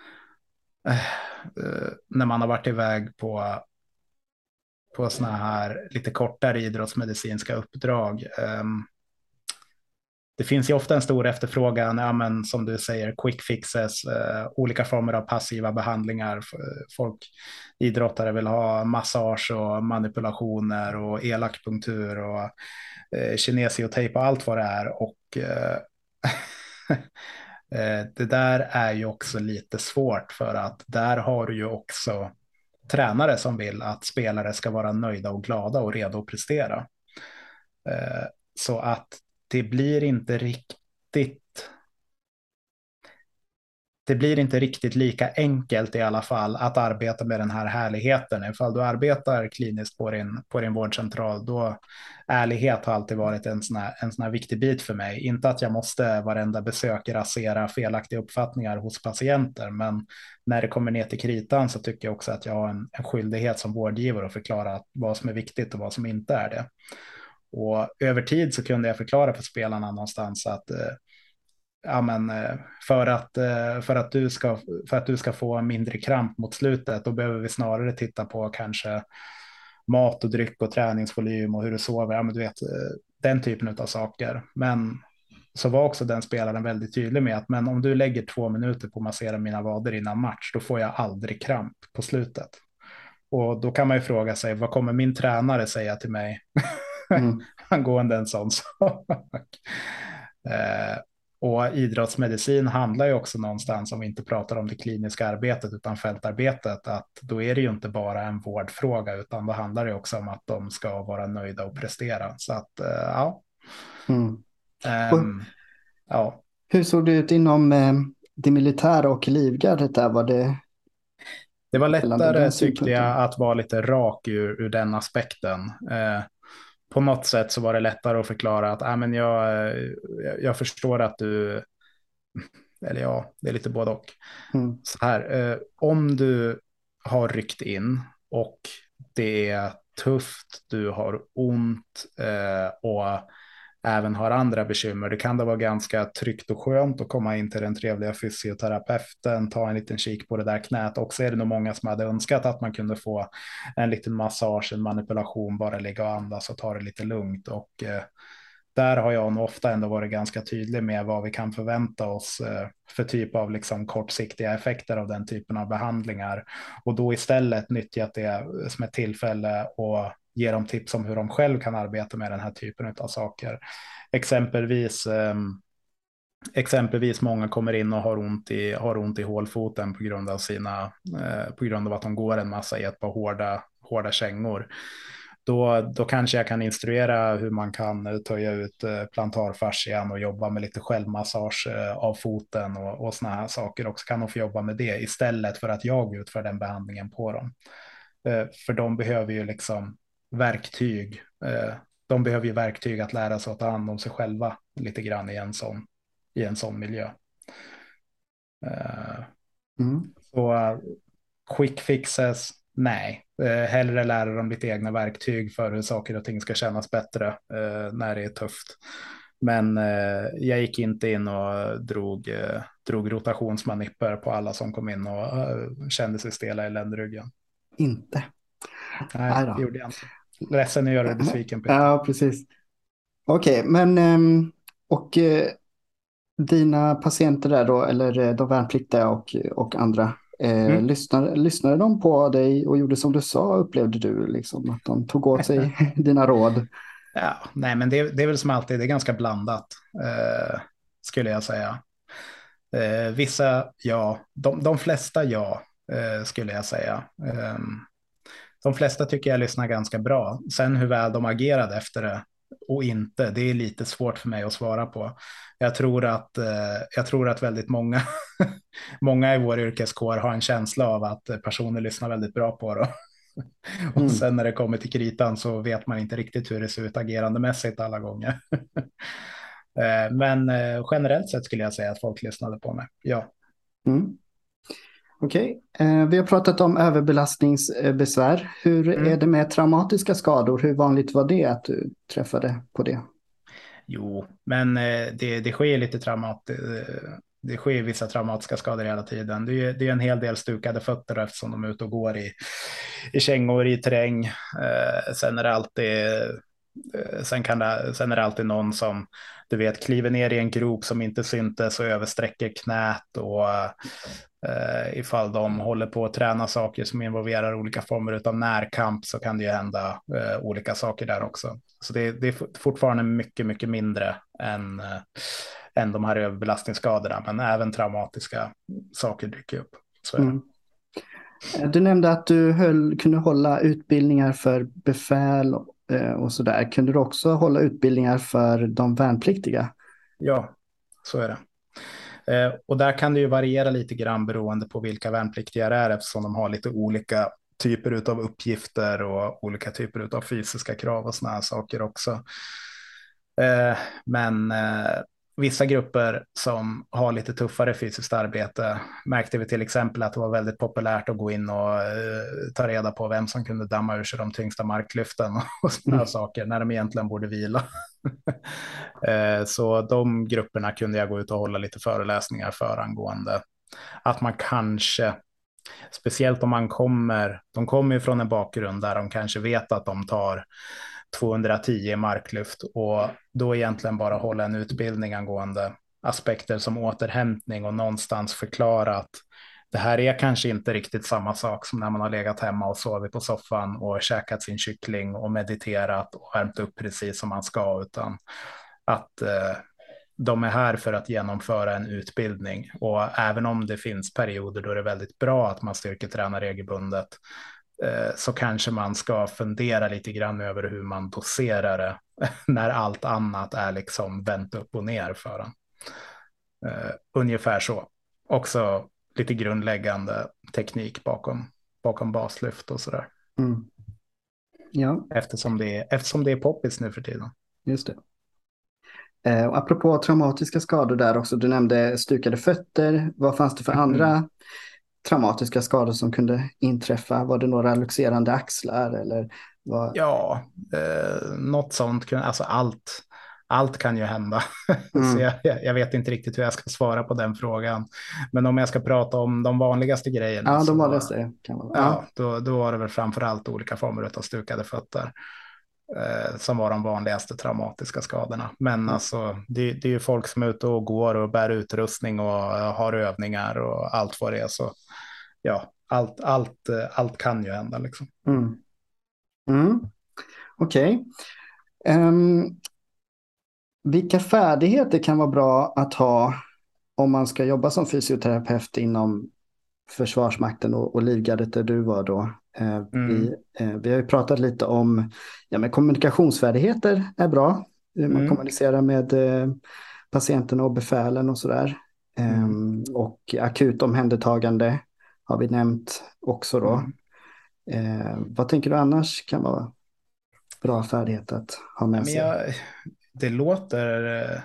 eh, när man har varit iväg på, på såna här lite kortare idrottsmedicinska uppdrag. Um, det finns ju ofta en stor efterfrågan, ja, men som du säger, quick fixes, eh, olika former av passiva behandlingar. Folk, idrottare vill ha massage och manipulationer och elakupunktur och eh, kinesiotejp och allt vad det är. Och eh, eh, det där är ju också lite svårt, för att där har du ju också tränare som vill att spelare ska vara nöjda och glada och redo att prestera. Eh, så att det blir inte riktigt det blir inte riktigt lika enkelt i alla fall att arbeta med den här härligheten. Ifall du arbetar kliniskt på din, på din vårdcentral, då ärlighet har alltid varit en sån här, en sån här viktig bit för mig. Inte att jag måste varenda besök rasera felaktiga uppfattningar hos patienter, men när det kommer ner till kritan så tycker jag också att jag har en, en skyldighet som vårdgivare att förklara vad som är viktigt och vad som inte är det. Och över tid så kunde jag förklara för spelarna någonstans att eh, ja, men, eh, för, att, eh, för, att du ska, för att du ska få mindre kramp mot slutet, då behöver vi snarare titta på kanske mat och dryck och träningsvolym och hur du sover. Ja, men du vet, eh, den typen av saker. Men så var också den spelaren väldigt tydlig med att men om du lägger två minuter på att massera mina vader innan match, då får jag aldrig kramp på slutet. Och då kan man ju fråga sig, vad kommer min tränare säga till mig Mm, angående en sån sak? eh, och idrottsmedicin handlar ju också någonstans, om vi inte pratar om det kliniska arbetet utan fältarbetet, att då är det ju inte bara en vårdfråga, utan då handlar det också om att de ska vara nöjda och prestera. Så att, eh, ja. mm. Och Um, ja. hur såg det ut inom eh, det militära och livgardet där? Var det Det var gällande lättare, den tyckte synpunkten? jag, att vara lite rak ur, ur den aspekten. Eh, på något sätt så var det lättare att förklara att ah, men jag, eh, jag förstår att du, eller ja, det är lite både och. Mm, Så här, eh, om du har ryckt in och det är tufft, du har ont eh, och även har andra bekymmer. Det kan då vara ganska tryggt och skönt att komma in till den trevliga fysioterapeuten, ta en liten kik på det där knät. Och så är det nog många som hade önskat att man kunde få en liten massage, en manipulation, bara ligga och andas och ta det lite lugnt. Och eh, där har jag nog ofta ändå varit ganska tydlig med vad vi kan förvänta oss eh, för typ av liksom kortsiktiga effekter av den typen av behandlingar. Och då istället nyttjat det som ett tillfälle och ge dem tips om hur de själv kan arbeta med den här typen av saker. Exempelvis, eh, exempelvis många kommer in och har ont i, har ont i hålfoten på grund av, sina, eh, på grund av att de går en massa i ett par hårda, hårda kängor. Då, då kanske jag kan instruera hur man kan töja ut plantarfascian och jobba med lite självmassage av foten och, och såna här saker. Och så kan de få jobba med det istället för att jag utför den behandlingen på dem. För de behöver ju liksom verktyg. De behöver ju verktyg att lära sig att ta hand om sig själva lite grann i en sån, i en sån miljö. Mm. Så quick fixes, nej. Eh, hellre lära dem lite egna verktyg för hur saker och ting ska kännas bättre eh, när det är tufft. Men eh, jag gick inte in och drog, eh, drog rotationsmanipper på alla som kom in och eh, kände sig stela i ländryggen. Inte? Nej, det gjorde jag inte. Ledsen att göra dig besviken, Peter. Ja, precis. Okej, okay, men ehm, och eh, dina patienter där då, eller de värnpliktiga och, och andra, Eh, mm. lyssnade, lyssnade de på dig och gjorde som du sa, upplevde du liksom att de tog åt sig dina råd? Ja, nej, men det, det är väl som alltid, det är ganska blandat eh, skulle jag säga. Eh, vissa ja, de, de flesta ja eh, skulle jag säga. Eh, de flesta tycker jag lyssnar ganska bra. Sen hur väl de agerade efter det och inte, det är lite svårt för mig att svara på. Jag tror att, eh, jag tror att väldigt många, många i vår yrkeskår har en känsla av att personer lyssnar väldigt bra på det. Och mm. sen när det kommer till kritan så vet man inte riktigt hur det ser ut agerandemässigt alla gånger. eh, men eh, generellt sett skulle jag säga att folk lyssnade på mig, ja. Mm. Okej, okay. eh, vi har pratat om överbelastningsbesvär. Hur mm. är det med traumatiska skador? Hur vanligt var det att du träffade på det? Jo, men eh, det, det sker lite traumat, eh, det sker vissa traumatiska skador hela tiden. Det är, det är en hel del stukade fötter eftersom de är ute och går i, i kängor, i terräng. Eh, sen är det alltid Sen, kan det, sen är det alltid någon som du vet kliver ner i en grop som inte syntes och översträcker knät, och eh, ifall de håller på att träna saker som involverar olika former av närkamp så kan det ju hända eh, olika saker där också. Så det, det är fortfarande mycket, mycket mindre än, eh, än de här överbelastningsskadorna, men även traumatiska saker dyker upp. Så är det. Mm. Du nämnde att du höll, kunde hålla utbildningar för befäl och sådär. Kunde du också hålla utbildningar för de värnpliktiga? Ja, så är det. Eh, och där kan det ju variera lite grann beroende på vilka värnpliktiga det är, eftersom de har lite olika typer av uppgifter och olika typer av fysiska krav och såna här saker också. Eh, men eh, vissa grupper som har lite tuffare fysiskt arbete märkte vi till exempel att det var väldigt populärt att gå in och eh, ta reda på vem som kunde damma ur sig de tyngsta marklyften och sådana mm. saker när de egentligen borde vila. eh, så de grupperna kunde jag gå ut och hålla lite föreläsningar för angående att man kanske, speciellt om man kommer, de kommer ju från en bakgrund där de kanske vet att de tar tvåhundratio marklyft och då egentligen bara hålla en utbildning angående aspekter som återhämtning och någonstans förklara att det här är kanske inte riktigt samma sak som när man har legat hemma och sovit på soffan och käkat sin kyckling och mediterat och värmt upp precis som man ska, utan att eh, de är här för att genomföra en utbildning. Och även om det finns perioder då det är väldigt bra att man styrketränar regelbundet, så kanske man ska fundera lite grann över hur man doserar det när allt annat är liksom vänt upp och ner för en. Uh, ungefär så. Också lite grundläggande teknik bakom, bakom baslyft och sådär. Mm. Ja. Eftersom det är, eftersom det är poppis nu för tiden. Just det. Eh, och apropå traumatiska skador där också, du nämnde stukade fötter. Vad fanns det för mm. andra traumatiska skador som kunde inträffa? Var det några luxerande axlar eller vad? Ja, eh, något sånt. kun- Alltså allt, allt kan ju hända. Så Mm. jag, jag vet inte riktigt hur jag ska svara på den frågan. Men om jag ska prata om de vanligaste grejerna Ja, de så vanligaste kan vara. Ja. ja, då, då var det väl framför allt olika former av stukade fötter eh, som var de vanligaste traumatiska skadorna. Men Ja. alltså, det, det är ju folk som är ute och går och bär utrustning och eh, har övningar och allt vad det är. Så ja, allt, allt, eh, allt kan ju hända liksom. Mm. Mm. Okej. Ehm, vilka färdigheter kan vara bra att ha om man ska jobba som fysioterapeut inom Försvarsmakten och, och Livgardet där du var då? Eh, vi, Mm, eh, vi har ju pratat lite om ja, men kommunikationsfärdigheter är bra. Hur man mm, kommunicerar med eh, patienterna och befälen och sådär. mm, Ehm, och akut omhändertagande har vi nämnt också då. mm. Eh, vad tänker du annars kan vara bra färdighet att ha Ja, med men sig? jag, det låter, eh,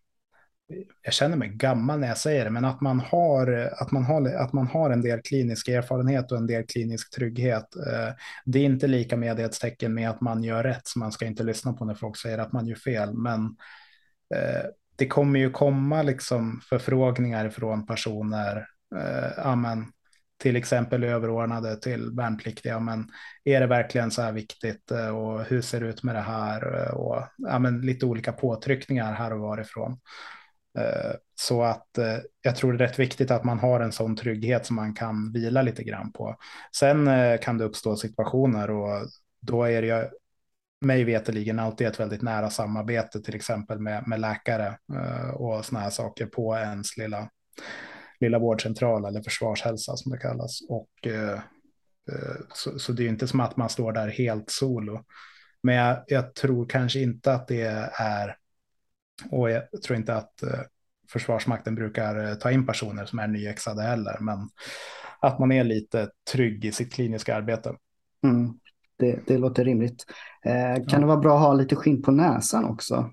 jag känner mig gammal när jag säger det, men att man har, att man har, att man har en del klinisk erfarenhet och en del klinisk trygghet. Eh, det är inte lika medhetstecken med att man gör rätt, så man ska inte lyssna på när folk säger att man gör fel. Men eh, det kommer ju komma liksom förfrågningar från personer, eh, ja, men, till exempel överordnade till värnpliktiga, men är det verkligen så här viktigt eh, och hur ser det ut med det här eh, och ja, men, lite olika påtryckningar här och varifrån. Eh, Så att eh, jag tror det är rätt viktigt att man har en sån trygghet som man kan vila lite grann på. Sen eh, kan det uppstå situationer och då är det ju mig veterligen alltid ett väldigt nära samarbete, till exempel med, med läkare eh, och såna här saker på ens lilla, lilla vårdcentral eller försvarshälsa som det kallas. Och, eh, eh, så, så det är inte som att man står där helt solo. Men jag, jag tror kanske inte att det är, och jag tror inte att eh, Försvarsmakten brukar eh, ta in personer som är nyexade heller, men att man är lite trygg i sitt kliniska arbete. Mm, det, det låter rimligt. Eh, kan det Ja, vara bra att ha lite skinn på näsan också?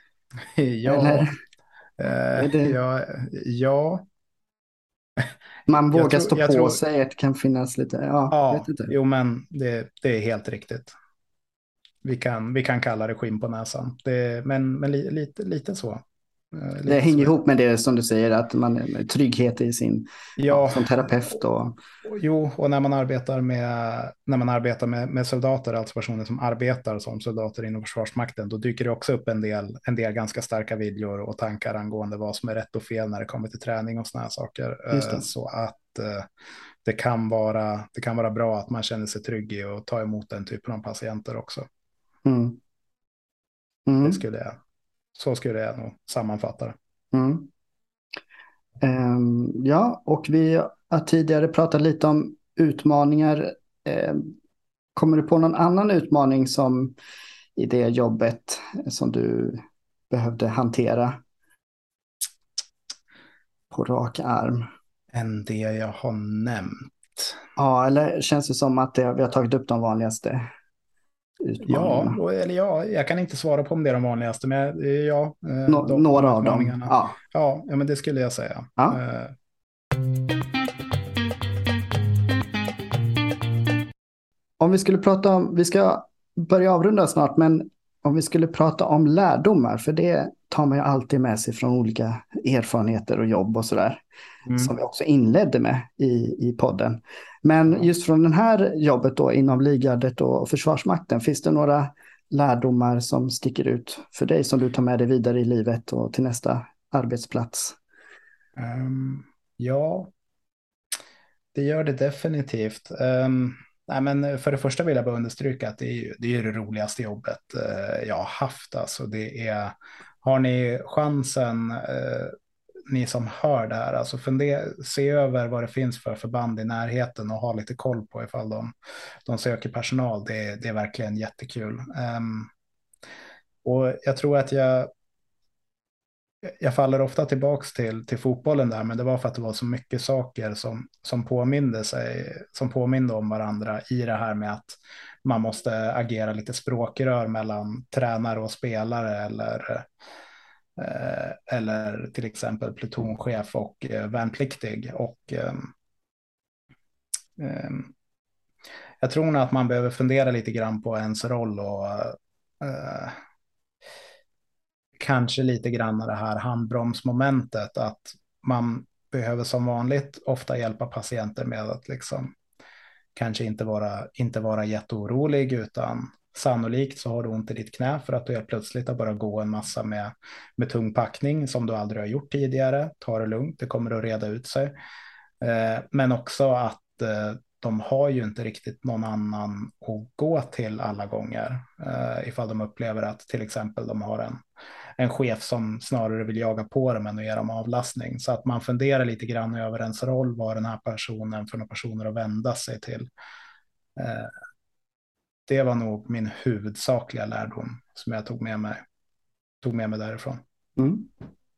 Eller ja, eh, är det, ja, ja. man Jag vågar tror, stå jag på tror, sig, det kan finnas lite, ja, vet ja, inte. jo men det, det är helt riktigt. Vi kan, vi kan kalla det skinn på näsan. Det, men men li, lite, lite så. Eh, Det lite så hänger är det. ihop med det som du säger, att man med trygghet i sin, ja, Ja, som terapeut och, och- jo, och när man arbetar med, när man arbetar med, med soldater, alltså personer som arbetar som soldater inom Försvarsmakten, då dyker det också upp en del, en del ganska starka viljor och tankar angående vad som är rätt och fel när det kommer till träning och såna här saker. just Eh, det. Så att eh, det kan vara, det kan vara bra att man känner sig trygg i att ta emot den typen av patienter också. Mm, Det mm, skulle jag, så skulle jag nog sammanfatta det. mm. Ehm, ja, och vi har tidigare pratat lite om utmaningar. Ehm, kommer du på någon annan utmaning som i det jobbet som du behövde hantera på rak arm? Än det jag har nämnt. Ja, eller känns det som att det, vi har tagit upp de vanligaste Ja, utmaningarna? och- eller ja, jag kan inte svara på om det är de vanligaste, men eh, ja, eh, Nå- de, de några av dem, utmaningarna. ja. Ja, ja, men det skulle jag säga. Ja. Eh, Om vi skulle prata om, vi ska börja avrunda snart, men om vi skulle prata om lärdomar, för det tar man ju alltid med sig från olika erfarenheter och jobb och sådär, som Mm, vi också inledde med i, i podden. Men ja. just från det här jobbet då inom Livgardet och Försvarsmakten, finns det några lärdomar som sticker ut för dig som du tar med dig vidare i livet och till nästa arbetsplats? Ehm, ja, det gör det definitivt. Ehm, nej, men för det första vill jag bara understryka att det är, ju- det är det roligaste jobbet eh, jag har haft. Alltså det är, har ni chansen, eh, ni som hör det här, alltså funder, se över vad det finns för förband i närheten och ha lite koll på ifall de, de söker personal. Det, det är verkligen jättekul. Ehm, och jag tror att jag jag faller ofta tillbaks till, till fotbollen där, men det var för att det var så mycket saker som, som påminde sig, som påminde om varandra i det här med att man måste agera lite språkrör mellan tränare och spelare eller, eh, eller till exempel plutonchef och eh, värnpliktig. Och eh, Um, jag tror nog att man behöver fundera lite grann på ens roll och uh, kanske lite grann det här handbromsmomentet, att man behöver som vanligt ofta hjälpa patienter med att liksom kanske inte vara, inte vara jätteorolig, utan sannolikt så har du ont i ditt knä för att du helt plötsligt har börjat gå en massa med, med tung packning som du aldrig har gjort tidigare. Ta det lugnt, det kommer att reda ut sig. Eh, men också att eh, de har ju inte riktigt någon annan att gå till alla gånger. Eh, ifall de upplever att till exempel de har en, en chef som snarare vill jaga på dem än att ge dem avlastning. Så att man funderar lite grann över ens roll, vad den här personen för några personer att vända sig till. Eh, det var nog min huvudsakliga lärdom som jag tog med mig, tog med mig därifrån. Mm.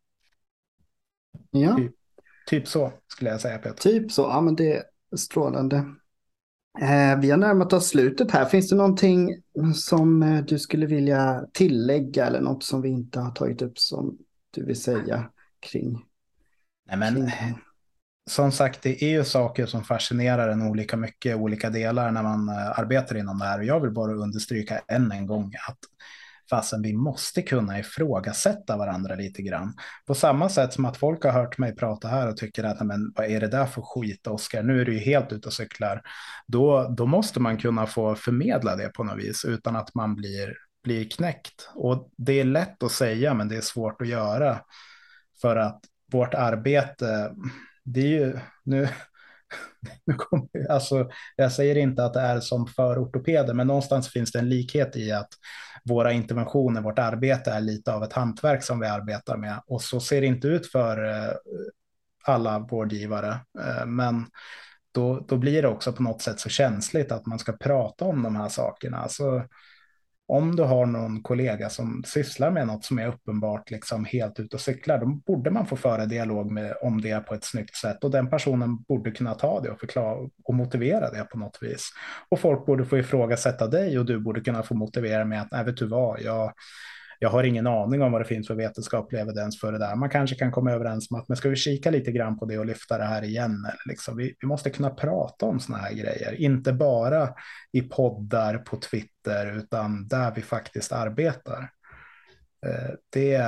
Ja. Typ, typ så skulle jag säga, Peter. Typ så, ja men det är strålande. Eh, vi har närmat oss slutet här. Finns det någonting som eh, du skulle vilja tillägga eller något som vi inte har tagit upp som du vill säga kring? Nej, men kring det? Som sagt, det är ju saker som fascinerar en olika mycket, olika delar när man eh, arbetar inom det här. Och jag vill bara understryka än en gång att fastän vi måste kunna ifrågasätta varandra lite grann. På samma sätt som att folk har hört mig prata här och tycker att men, vad är det där för skit, Oskar? Nu är du ju helt ute och cyklar. Då, då måste man kunna få förmedla det på något vis utan att man blir, blir knäckt. Och det är lätt att säga, men det är svårt att göra. För att vårt arbete, det är ju nu... Nu kommer, alltså, jag säger inte att det är som för ortopeder, men någonstans finns det en likhet i att våra interventioner, vårt arbete är lite av ett hantverk som vi arbetar med. Och så ser det inte ut för eh, alla vårdgivare. Eh, men då, då blir det också på något sätt så känsligt att man ska prata om de här sakerna. Alltså, om du har någon kollega som sysslar med något som är uppenbart liksom helt ute och cyklar, då borde man få föra dialog med, om det på ett snyggt sätt. Och den personen borde kunna ta det och förklara och motivera det på något vis. Och folk borde få ifrågasätta dig och du borde kunna få motivera med att, nej vet du vad, jag, jag har ingen aning om vad det finns för vetenskaplig evidens för det där. Man kanske kan komma överens om att, men ska vi kika lite grann på det och lyfta det här igen? Eller liksom, vi, vi måste kunna prata om såna här grejer, inte bara i poddar på Twitter, utan där vi faktiskt arbetar. Eh, det,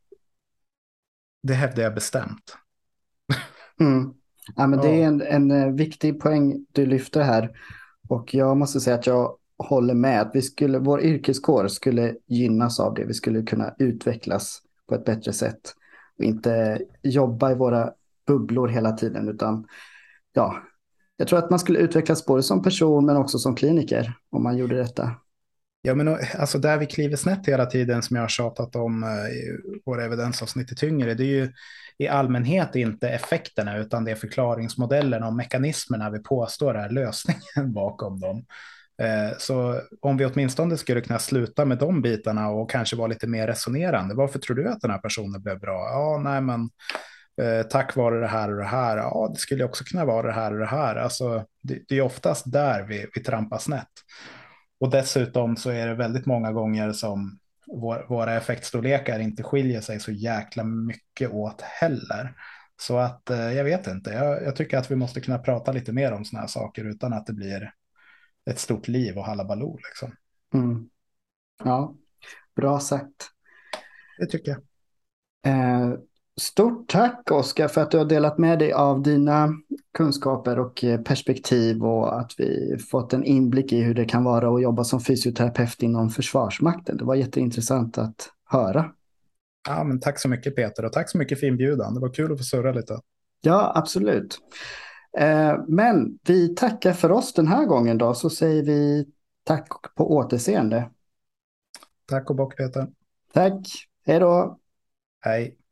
det hävdar jag bestämt. Mm. Ja, men det är Ja. en, en eh, viktig poäng du lyfter här. Och jag måste säga att jag håller med. Att vi skulle, vår yrkeskår skulle gynnas av det. Vi skulle kunna utvecklas på ett bättre sätt. Och inte jobba i våra bubblor hela tiden. Utan ja, jag tror att man skulle utvecklas både som person men också som kliniker om man gjorde detta. Ja, men alltså där vi kliver snett hela tiden som jag har tjatat om i våra evidensavsnitt i tyngre, det är ju i allmänhet inte effekterna utan det är förklaringsmodellerna och mekanismerna vi påstår är lösningen bakom dem. Så om vi åtminstone skulle kunna sluta med de bitarna och kanske vara lite mer resonerande. Varför tror du att den här personen blev bra? Ja, nej men tack vare det här och det här. Ja, det skulle också kunna vara det här och det här. Alltså, det, det är oftast där vi, vi trampar snett. Och dessutom så är det väldigt många gånger som vår, våra effektstorlekar inte skiljer sig så jäkla mycket åt heller. Så att eh, jag vet inte, jag, jag tycker att vi måste kunna prata lite mer om såna här saker utan att det blir ett stort liv och halabaloo liksom. Mm. Ja, bra sagt. Det tycker jag. Eh, stort tack Oskar för att du har delat med dig av dina kunskaper och perspektiv och att vi fått en inblick i hur det kan vara att jobba som fysioterapeut inom Försvarsmakten. Det var jätteintressant att höra. Ja, men tack så mycket Peter och tack så mycket för inbjudan. Det var kul att få surra lite. Ja, absolut. Eh, men vi tackar för oss den här gången då, så säger vi tack på återseende. Tack och bock Peter. Tack, hej då. Hej.